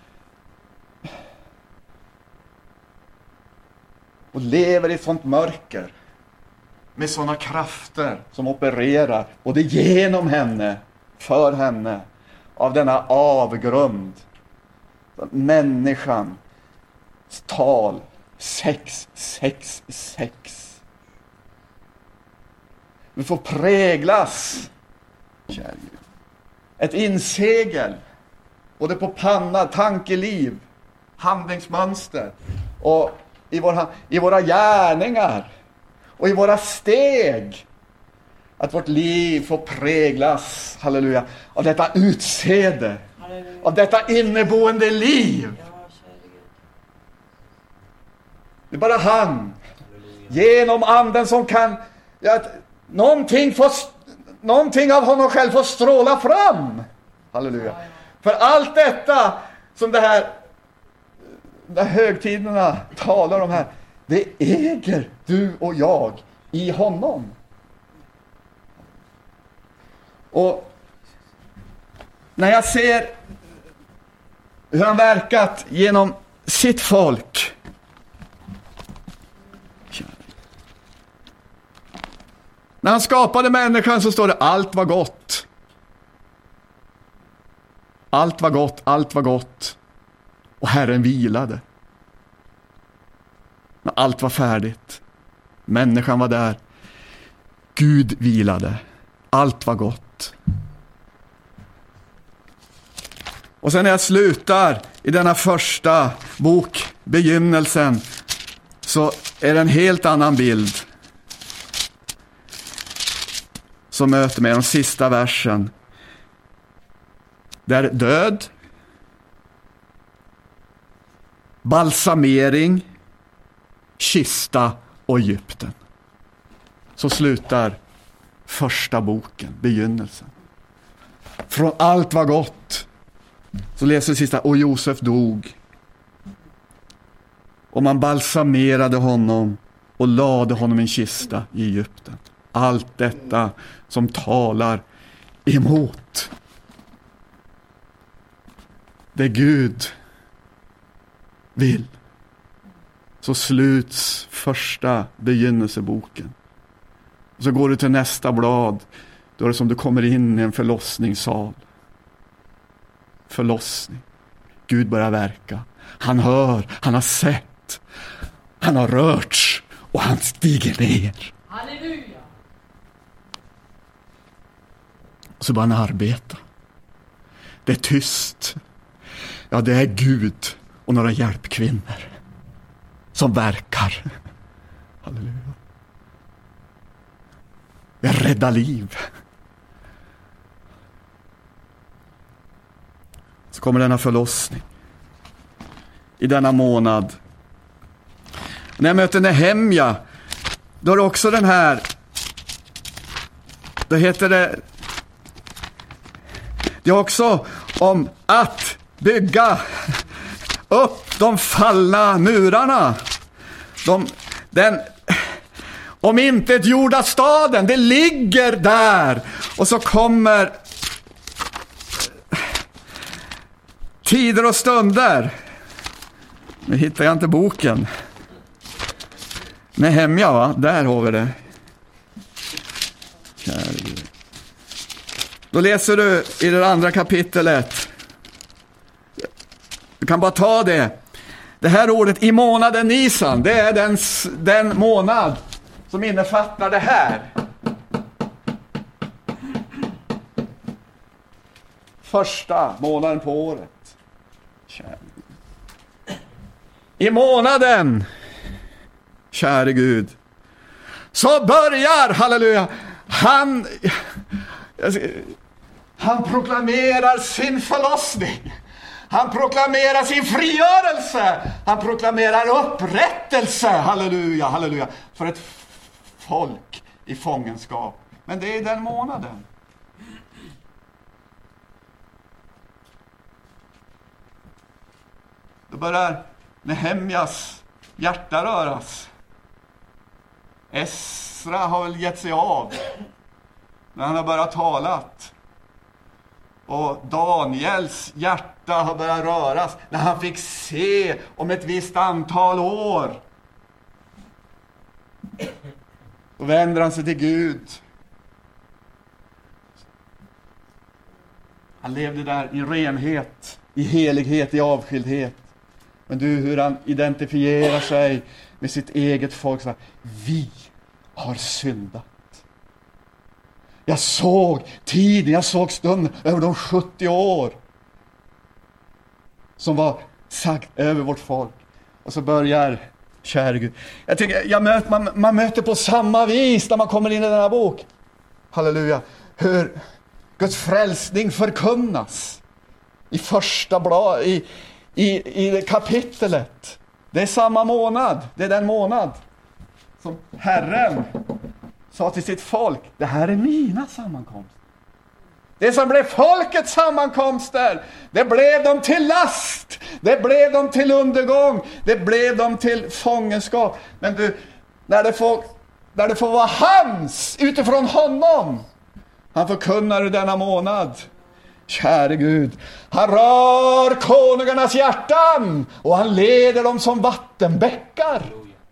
Speaker 1: och lever i ett sånt mörker med såna krafter som opererar både genom henne, för henne, av denna avgrund. Människan tal sex sex sex. Vi får präglas, kära Gud. Ett insegel både på panna, tankeliv, handlingsmönster och i våra, i våra gärningar och i våra steg. Att vårt liv får präglas, halleluja, av detta utsäde, halleluja, av detta inneboende liv. Ja. Det är bara han. Genom anden som kan... Ja, någonting, får, någonting av honom själv får stråla fram. Halleluja. För allt detta som det här, de här högtiderna talar om här, det äger du och jag i honom. Och när jag ser hur han verkat genom sitt folk, när han skapade människan så står det allt var gott. Allt var gott, allt var gott. Och Herren vilade. När allt var färdigt. Människan var där. Gud vilade. Allt var gott. Och sen när jag slutar i denna första bok, begynnelsen, så är det en helt annan bild som möter mig, den sista versen. Där död, balsamering, kista och Egypten. Så slutar första boken, begynnelsen. Från allt var gott. Så läser vi sista, och Josef dog. Och man balsamerade honom och lade honom i en kista i Egypten. Allt detta som talar emot det Gud vill. Så sluts första begynnelseboken. Och så går du till nästa blad. Då är det som du kommer in i en förlossningssal. Förlossning. Gud börjar verka. Han hör, han har sett. Han har rörts och han stiger ner.
Speaker 2: Halleluja.
Speaker 1: Och så börjar han arbeta. Det är tyst. Ja, det är Gud och några hjälpkvinnor som verkar. Halleluja. Jag räddar liv. Så kommer denna förlossning i denna månad. När jag möter Nehemja, då är det också den här, då heter det, det är också om att bygga upp de fallna murarna. De, den om inte ett jorda staden, det ligger där. Och så kommer tider och stunder. Nu hittar jag inte boken. Nehemja, va? Där har vi det. Då läser du i det andra kapitlet. Du kan bara ta det. Det här ordet i månaden Nisan, det är den, den månad som innefattar det här. Första månaden på året. I månaden, käre Gud, så börjar, halleluja, han, han proklamerar sin förlossning. Han proklamerar sin frigörelse. Han proklamerar upprättelse. Halleluja, halleluja. För ett folk i fångenskap. Men det är den månaden. Då börjar Nehemjas hjärta röras. Esra har väl gett sig av när han har börjat talat. Och Daniels hjärta har börjat röras när han fick se om ett visst antal år. Då vänder han sig till Gud. Han levde där i renhet, i helighet, i avskildhet. Men du, hur han identifierar sig med sitt eget folk. Så här, vi har syndat. Jag såg tiden, jag såg stunden över de sjuttio år som var sagt över vårt folk. Och så börjar, käre Gud. Jag tycker, jag möter, man, man möter på samma vis när man kommer in i den här bok. Halleluja. Hur Guds frälsning förkunnas i första blad, i, i, i kapitlet. Det är samma månad. Det är den månad som Herren sa till sitt folk: det här är mina sammankomster. Det som blev folkets sammankomster, det blev dem till last. Det blev dem till undergång. Det blev dem till fångenskap. Men du, när det får, när det får vara hans, utifrån honom, han förkunnar i denna månad. Käre Gud, han rör konungarnas hjärtan och han leder dem som vattenbäckar.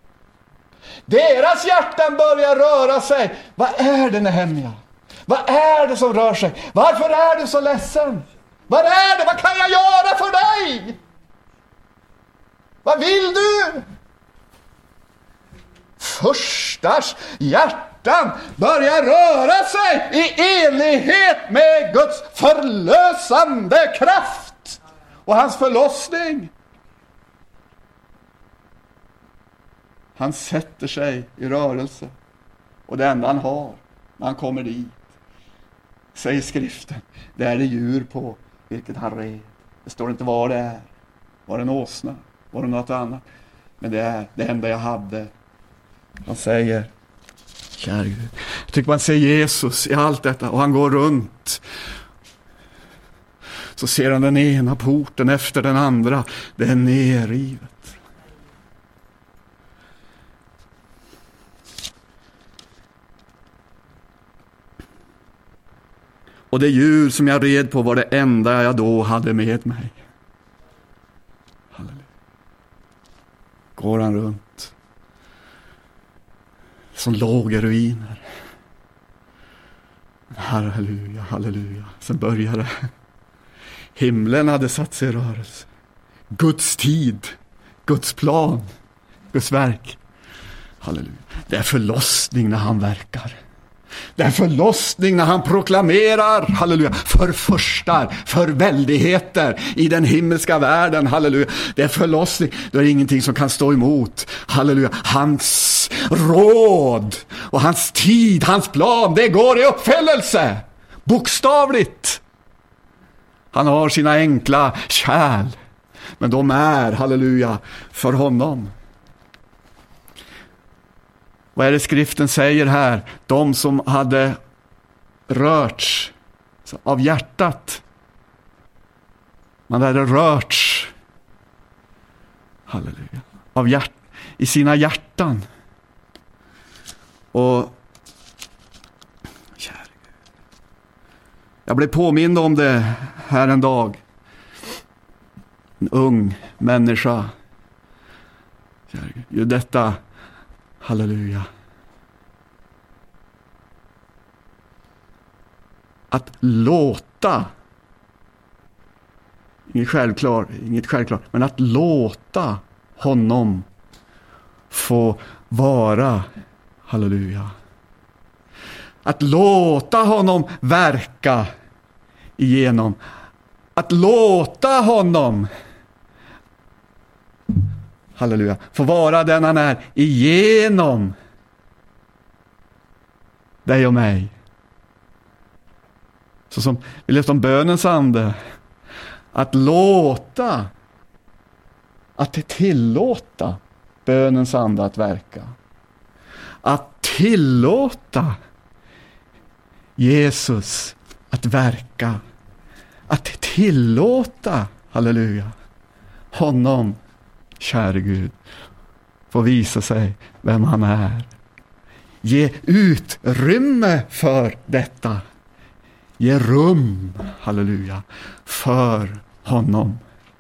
Speaker 1: Deras hjärtan börjar röra sig. Vad är det, Nehemja? Vad är det som rör sig? Varför är du så ledsen? Vad är det? Vad kan jag göra för dig? Vad vill du? Förstars hjärtan börjar röra sig i enlighet med Guds förlösande kraft och hans förlossning. Han sätter sig i rörelse, och det enda han har när han kommer dit, säger skriften, det är det djur på vilket han red. Det står inte vad det är. Var det en åsna? Var det något annat? Men det är det enda jag hade. Han säger, kära Gud, jag tycker man ser Jesus i allt detta, och han går runt. Så ser han den ena porten efter den andra. Det är nerrivet. Och det djur som jag red på var det enda jag då hade med mig. Halleluja. Går han runt som låg i ruiner. Halleluja, halleluja. Sen började det. Himlen hade satt sig i rörelse. Guds tid, Guds plan, Guds verk. Halleluja. Det är förlossning när han verkar. Det är förlossning när han proklamerar, halleluja, förfurstar, för väldigheter i den himmelska världen, halleluja. Det är förlossning, det är ingenting som kan stå emot, halleluja. Hans råd och hans tid, hans plan, det går i uppfyllelse, bokstavligt. Han har sina enkla kärl, men de är, halleluja, för honom. Vad är det skriften säger här? De som hade rörts av hjärtat. Man hade rörts, halleluja, av hjärt, i sina hjärtan. Och kära Gud, jag blev påmind om det här en dag. En ung människa. Kära Gud, ju detta, halleluja. Att låta, inget självklart, inget självklart, men att låta honom få vara, halleluja. Att låta honom verka igenom. Att låta honom, halleluja, få vara den han är igenom dig och mig. Så som vi läste om bönens ande. Att låta, att tillåta bönens ande att verka. Att tillåta Jesus att verka. Att tillåta, halleluja, honom, käre Gud, få visa sig vem han är. Ge utrymme för detta. Ge rum, halleluja, för honom.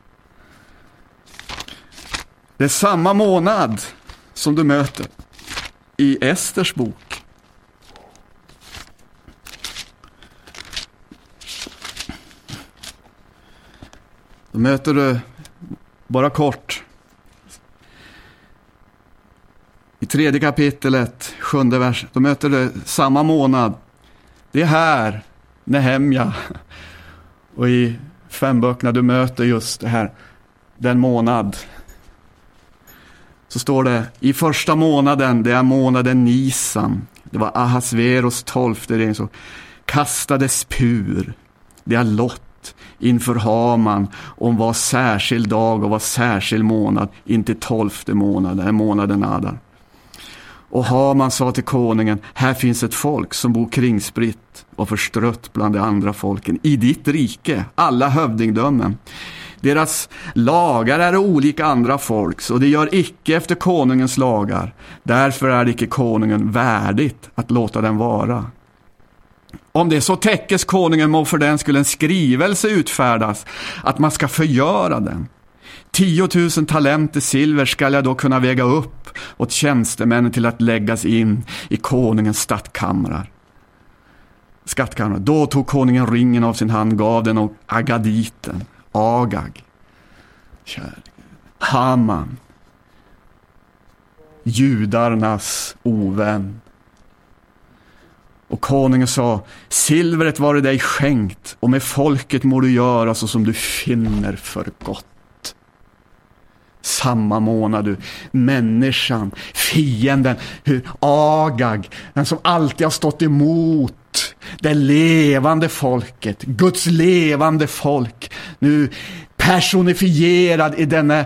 Speaker 1: Det är samma månad som du möter i Esters bok. Då möter du, bara kort, i tredje kapitlet, sjunde vers, då möter du samma månad. Det är här, Nehemja. Och i fem böckerna du möter just det här, den månad. Så står det, i första månaden, det är månaden Nisan. Det var Ahasveros tolfte regeringsår. Kastades pur. Det är Lot. inför Haman om vad särskild dag och vad särskild månad, inte tolfte månaden, är månaden Adar. Och Haman sa till konungen, här finns ett folk som bor kringspritt och förstrött bland de andra folken i ditt rike, alla hövdingdömen. Deras lagar är olika andra folks och det gör icke efter konungens lagar. Därför är det icke konungen värdigt att låta den vara. Om det så täckes konungen må för den skulle en skrivelse utfärdas att man ska förgöra den. Tiotusen talenter silver skall jag då kunna väga upp åt tjänstemännen till att läggas in i konungens skattkamrar. Skattkamrar. Då tog konungen ringen av sin hand, gav den och Agaditen, Agag, Haman, judarnas ovän. Och konungen sa, silvret var det dig skänkt och med folket må du göra så som du finner för gott. Samma månad du, människan, fienden, hur Agag, den som alltid har stått emot det levande folket, Guds levande folk, nu personifierad i denna,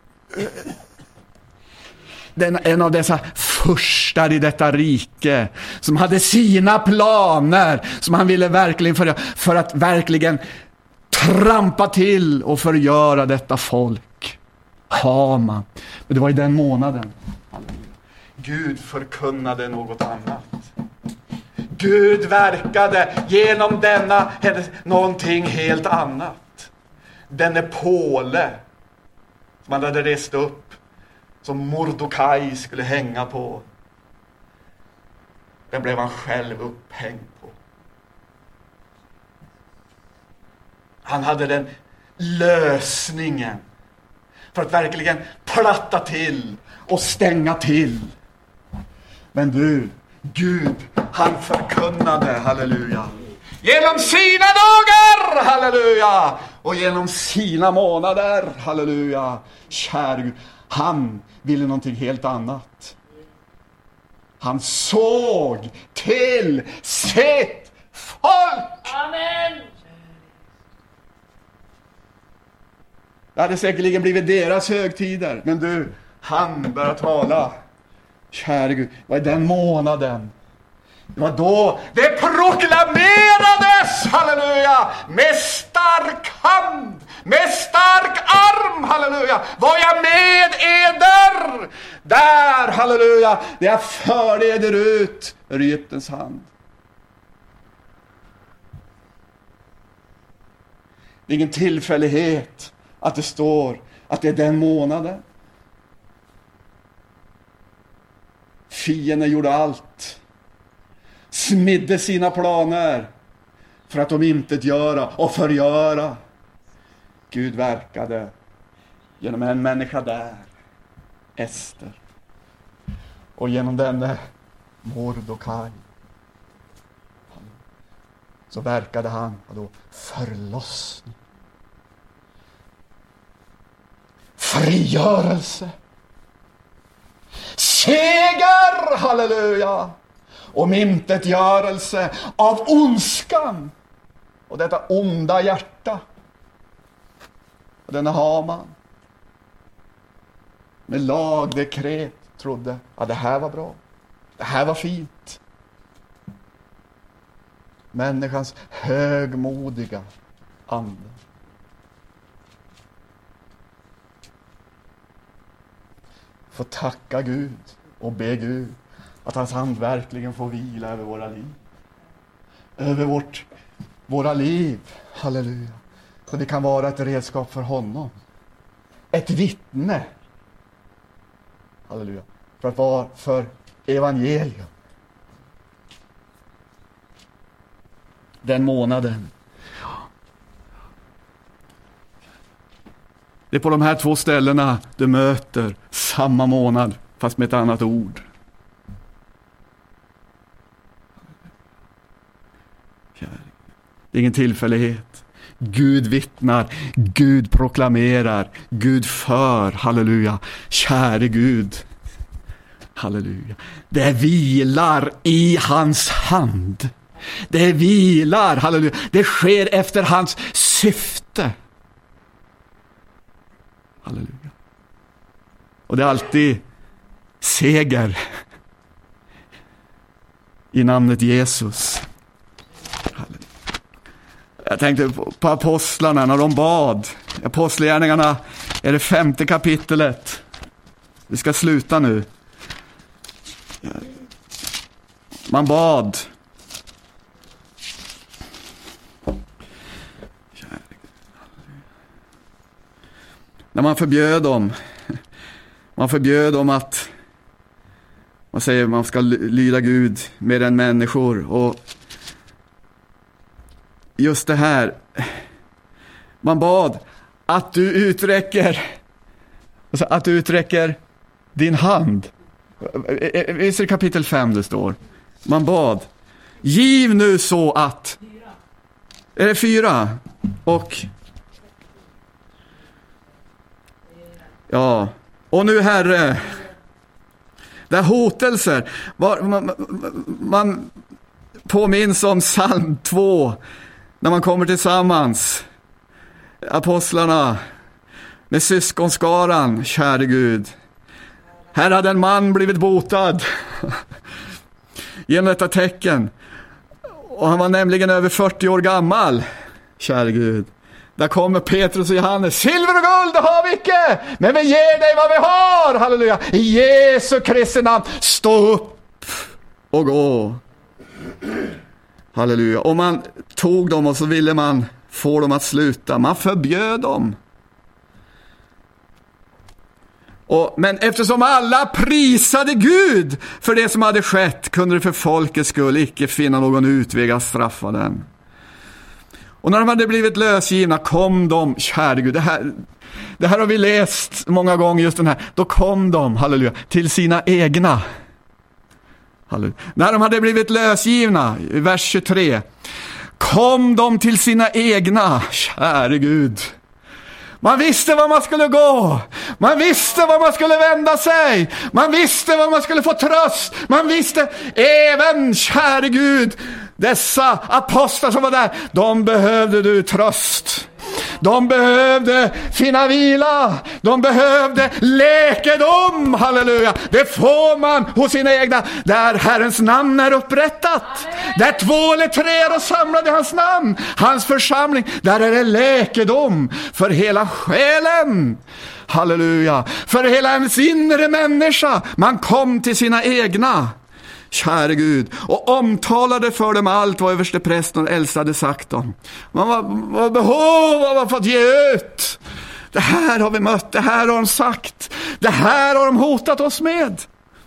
Speaker 1: den, en av dessa furstar i detta rike som hade sina planer som han ville verkligen för, för att verkligen trampa till och förgöra detta folk. Haman. Men det var i den månaden Gud förkunnade något annat. Gud verkade genom denna någonting helt annat. Denne påle som han hade rest upp, som Mordokaj skulle hänga på, den blev han själv upphängd på. Han hade den lösningen för att verkligen platta till och stänga till. Men du, Gud, han förkunnade, halleluja, genom sina dagar, halleluja, och genom sina månader, halleluja, kär Gud, han ville någonting helt annat. Han såg till sitt folk.
Speaker 2: Amen.
Speaker 1: Det hade säkerligen blivit deras högtider. Men du, han började tala. Kära Gud, vad är den månaden? Det var då det proklamerades, halleluja, med stark hand, med stark arm, halleluja. Var jag med eder? Där, halleluja, det jag förde eder ut ur Egyptens hand. Det är ingen tillfällighet att det står att det är den månaden. Fienden gjorde allt. Smidde sina planer för att de inte göra och förgöra. Gud verkade genom en människa där, Ester. Och genom denne Mordokaj så verkade han då förlossning. Frigörelse. Seger, halleluja. Om intetgörelse av ondskan. Och detta onda hjärta. Och denna Haman. Med lagdekret trodde att det här var bra. Det här var fint. Människans högmodiga ande. Få tacka Gud och be Gud att hans hand verkligen får vila över våra liv. Över vårt, våra liv. Halleluja. Så det kan vara ett redskap för honom. Ett vittne. Halleluja. För att vara för evangelium. Den månaden. Det är på de här två ställena du möter samma månad, fast med ett annat ord. Det är ingen tillfällighet. Gud vittnar, Gud proklamerar, Gud för, halleluja, käre Gud, halleluja. Det vilar i hans hand. Det vilar, halleluja. Det sker efter hans syfte. Halleluja. Och det är alltid seger i namnet Jesus. Halleluja. Jag tänkte på apostlarna när de bad. Apostlagärningarna är det femte kapitlet. Vi ska sluta nu. Man bad. När man förbjöd dem. Man förbjöd dem att man säger man ska lyda Gud mer än människor. Och just det här. Man bad att du uträcker alltså att du uträcker din hand. Visst är det kapitel fem det står. Man bad. Giv nu så att. Är det fyra? Och ja. Och nu Herre. Det är hotelser. Var, man, man påminns om psalm två. När man kommer tillsammans. Apostlarna. Med syskonskaran. Käre Gud. Här hade en man blivit botad. Genom detta tecken. Och han var nämligen över fyrtio år gammal. Käre Gud. Där kommer Petrus och Johannes. Silver och guld har vi icke. Men vi ger dig vad vi har. Halleluja. I Jesu Kristi namn. Stå upp och gå. Halleluja. Och man tog dem och så ville man få dem att sluta. Man förbjöd dem. Och, men eftersom alla prisade Gud för det som hade skett, kunde det för folkets skull icke finna någon utväg att straffa den. Och när de hade blivit lösgivna kom de, käre Gud, det här, det här har vi läst många gånger, just den här. Då kom de, halleluja, till sina egna. Halleluja. När de hade blivit lösgivna, i vers tjugotre, kom de till sina egna, käre Gud. Man visste var man skulle gå. Man visste var man skulle vända sig. Man visste var man skulle få tröst. Man visste även, käre Gud, dessa apostlar som var där, de behövde du tröst. De behövde finna vila. De behövde läkedom. Halleluja. Det får man hos sina egna. Där Herrens namn är upprättat. Amen. Där två eller tre är och samlade hans namn. Hans församling. Där är det läkedom för hela själen. Halleluja. För hela ens inre människa. Man kom till sina egna. Käre Gud, och omtalade för dem allt vad översteprästen och äldste hade sagt dem. Man var, var behov av att få ge ut. Det här har vi mött, det här har de sagt. Det här har de hotat oss med.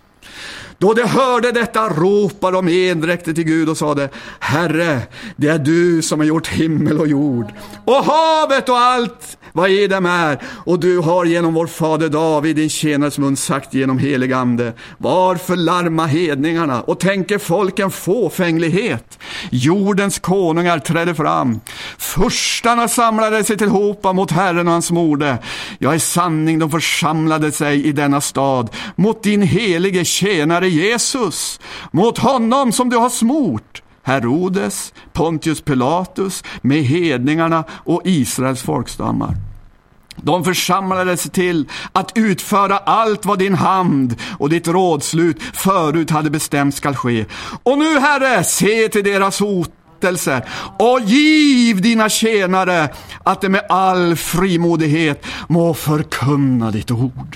Speaker 1: Då de hörde detta ropade de endräktigt till Gud och sade: Herre, det är du som har gjort himmel och jord och havet och allt vad i dem är, och du har genom vår fader David din tjänares mun sagt genom helig ande: varför larma hedningarna och tänker folken fåfänglighet? Jordens konungar trädde fram, furstarna samlade sig till hopa mot Herren och hans mode. Ja, i sanning de församlade sig i denna stad mot din helige tjänare Jesus, mot honom som du har smort, Herodes, Pontius Pilatus, med hedningarna och Israels folkstammar. De församlade sig till att utföra allt vad din hand och ditt rådslut förut hade bestämt skall ske. Och nu, Herre, se till deras hotelser och giv dina tjänare att de med all frimodighet må förkunna ditt ord.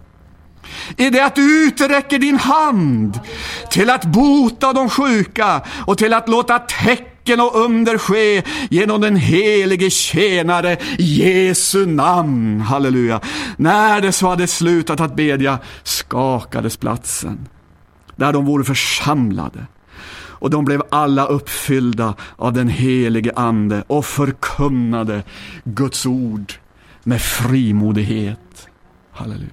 Speaker 1: Är det att du uträcker din hand till att bota de sjuka och till att låta tecken och under ske genom den helige tjänare Jesu namn. Halleluja. När det så hade slutat att bedja skakades platsen där de vore församlade, och de blev alla uppfyllda av den helige ande och förkunnade Guds ord med frimodighet. Halleluja.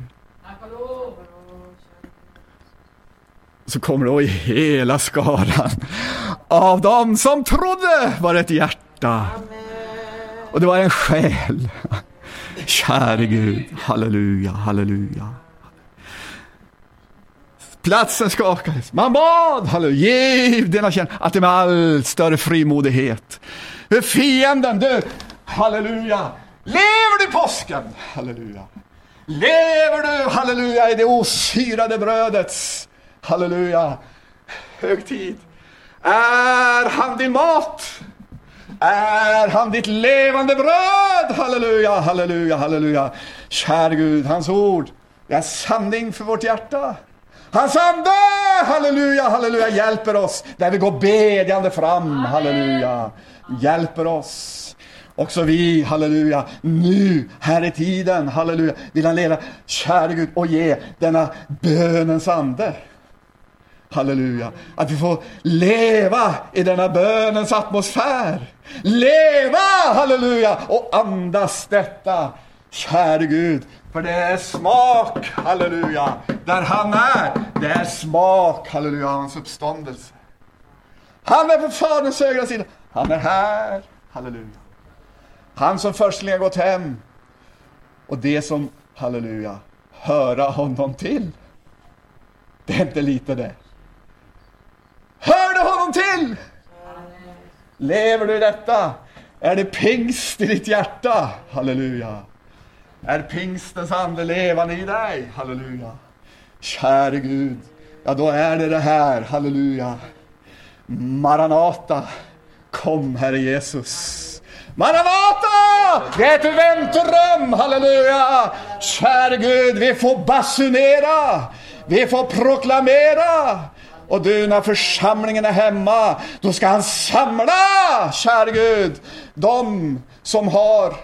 Speaker 1: Så kommer det i hela skaran av dem som trodde var ett hjärta. Och det var en själ. Käre Gud. Halleluja, halleluja. Platsen skakades. Man bad, halleluja, giv dina tjänare att det med all större frimodighet. Hur fienden, du, Halleluja. Lever du påsken? Halleluja. Lever du, halleluja, i det osyrade brödets, halleluja, högtid? Är han din mat? Är han ditt levande bröd? Halleluja, halleluja, halleluja. Kära Gud, hans ord, det är sanning för vårt hjärta. Hans ande, halleluja, halleluja, hjälper oss där vi går bedjande fram, halleluja, hjälper oss. Också vi, halleluja, nu, här i tiden, halleluja, vill han leda, kära Gud, och ge denna bönens ande. Halleluja, att vi får leva i denna bönens atmosfär. Leva, halleluja, och andas detta, kära Gud. För det är smak, halleluja, där han är, det är smak, halleluja, hans uppståndelse. Han är på Faderns högra sida, han är här, halleluja. Han som förstligen gått hem, och det som, halleluja, höra honom till. Det är inte lite det. Hör du honom till? Lever du i detta? Är det pingst i ditt hjärta? Halleluja. Är pingstens ande levande i dig? Halleluja. Käre Gud, ja då är det det här, halleluja. Maranata, kom Herre Jesus. Maranata, det är ett väntrum, halleluja. Käre Gud, vi får basunera, vi får proklamera. Och du, när församlingen är hemma, då ska han samla, käre Gud, de som har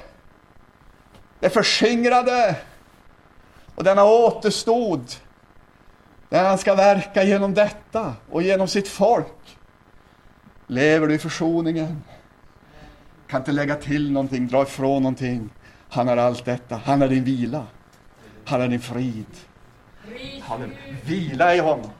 Speaker 1: det förskingrade och denna återstod, där han ska verka genom detta och genom sitt folk. Lever du i försoningen? Kan inte lägga till någonting, dra ifrån någonting. Han har allt detta. Han är din vila. Han är din frid. Halleluja. Vila i honom.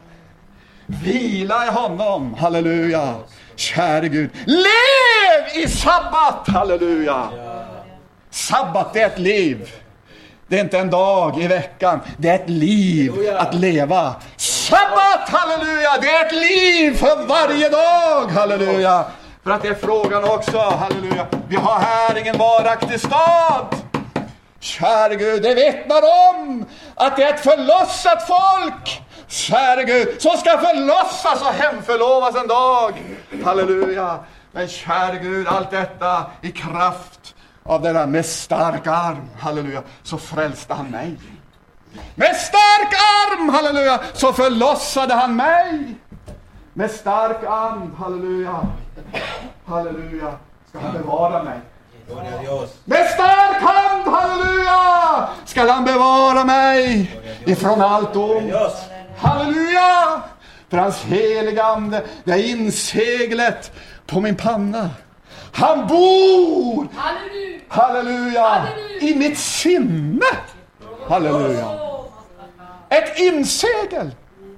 Speaker 1: Vila i honom. Halleluja. Käre Gud. Lev i sabbat. Halleluja. Sabbat är ett liv. Det är inte en dag i veckan. Det är ett liv att leva. Sabbat, halleluja. Det är ett liv för varje dag. Halleluja. För att det är frågan också, halleluja. Vi har här ingen varaktig stad. Käre Gud, det vittnar om att det är ett förlossat folk. Käre Gud, som ska förlossas och hemförlovas en dag. Halleluja. Men käre Gud, allt detta i kraft av den där med stark arm, halleluja, så frälste han mig. Med stark arm, halleluja, så förlossade han mig. Med stark arm, halleluja, halleluja, ska han bevara mig. Med stark hand, halleluja, ska han bevara mig ifrån allt ont. Halleluja, för hans heliga ande, det är inseglet på min panna. Han bor, halleluja, halleluja, halleluja, i mitt sinne. Halleluja. Ett insegel.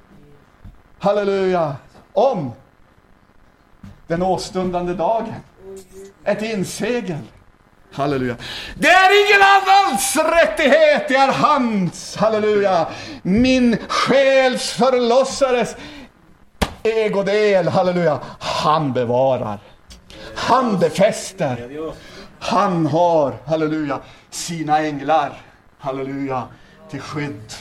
Speaker 1: Halleluja. Om den åstundande dagen. Ett insegel. Halleluja. Det är ingen annans rättighet, det är hans. Halleluja. Min själs förlossares ägodel. Halleluja. Han bevarar. Han befäster. Han har, halleluja, sina änglar, halleluja, till skydd.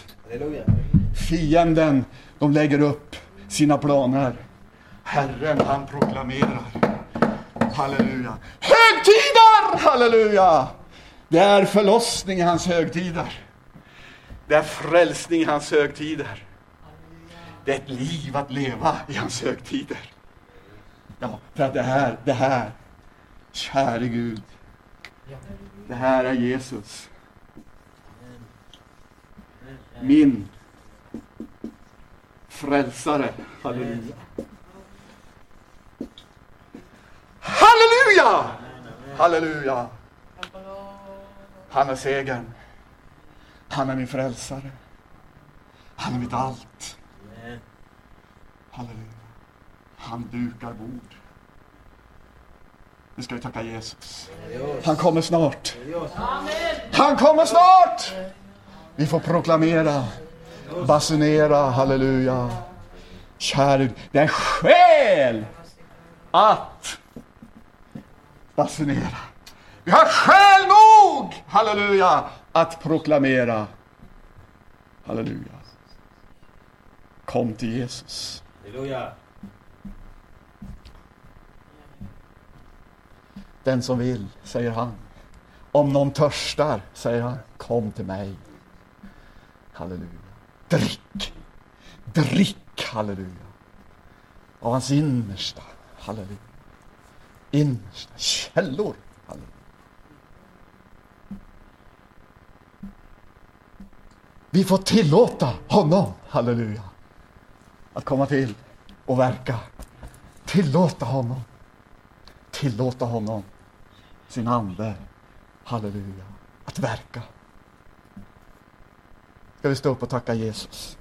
Speaker 1: Fienden, de lägger upp sina planer. Herren, han proklamerar, halleluja. Högtider, halleluja. Det är förlossning i hans högtider. Det är frälsning i hans högtider. Det är ett liv att leva i hans högtider. Ja, för att det här, det här, käre Gud, det här är Jesus. Min frälsare. Halleluja. Halleluja! Halleluja. Han är segern. Han är min frälsare. Han är mitt allt. Halleluja. Han dukar bord. Nu ska vi tacka Jesus. Han kommer snart. Han kommer snart. Vi får proklamera, basunera, halleluja. Käre, det är skäl att basunera. Vi har skäl nog, halleluja, att proklamera. Halleluja. Kom till Jesus.
Speaker 2: Halleluja.
Speaker 1: Den som vill, säger han. Om någon törstar, säger han, kom till mig. Halleluja. Drick. Drick, halleluja. Av hans innersta, halleluja. Innersta källor, halleluja. Vi får tillåta honom, halleluja, att komma till och verka. Tillåta honom. Tillåta honom, sin ande, halleluja, att verka. Ska vi stå upp och tacka Jesus?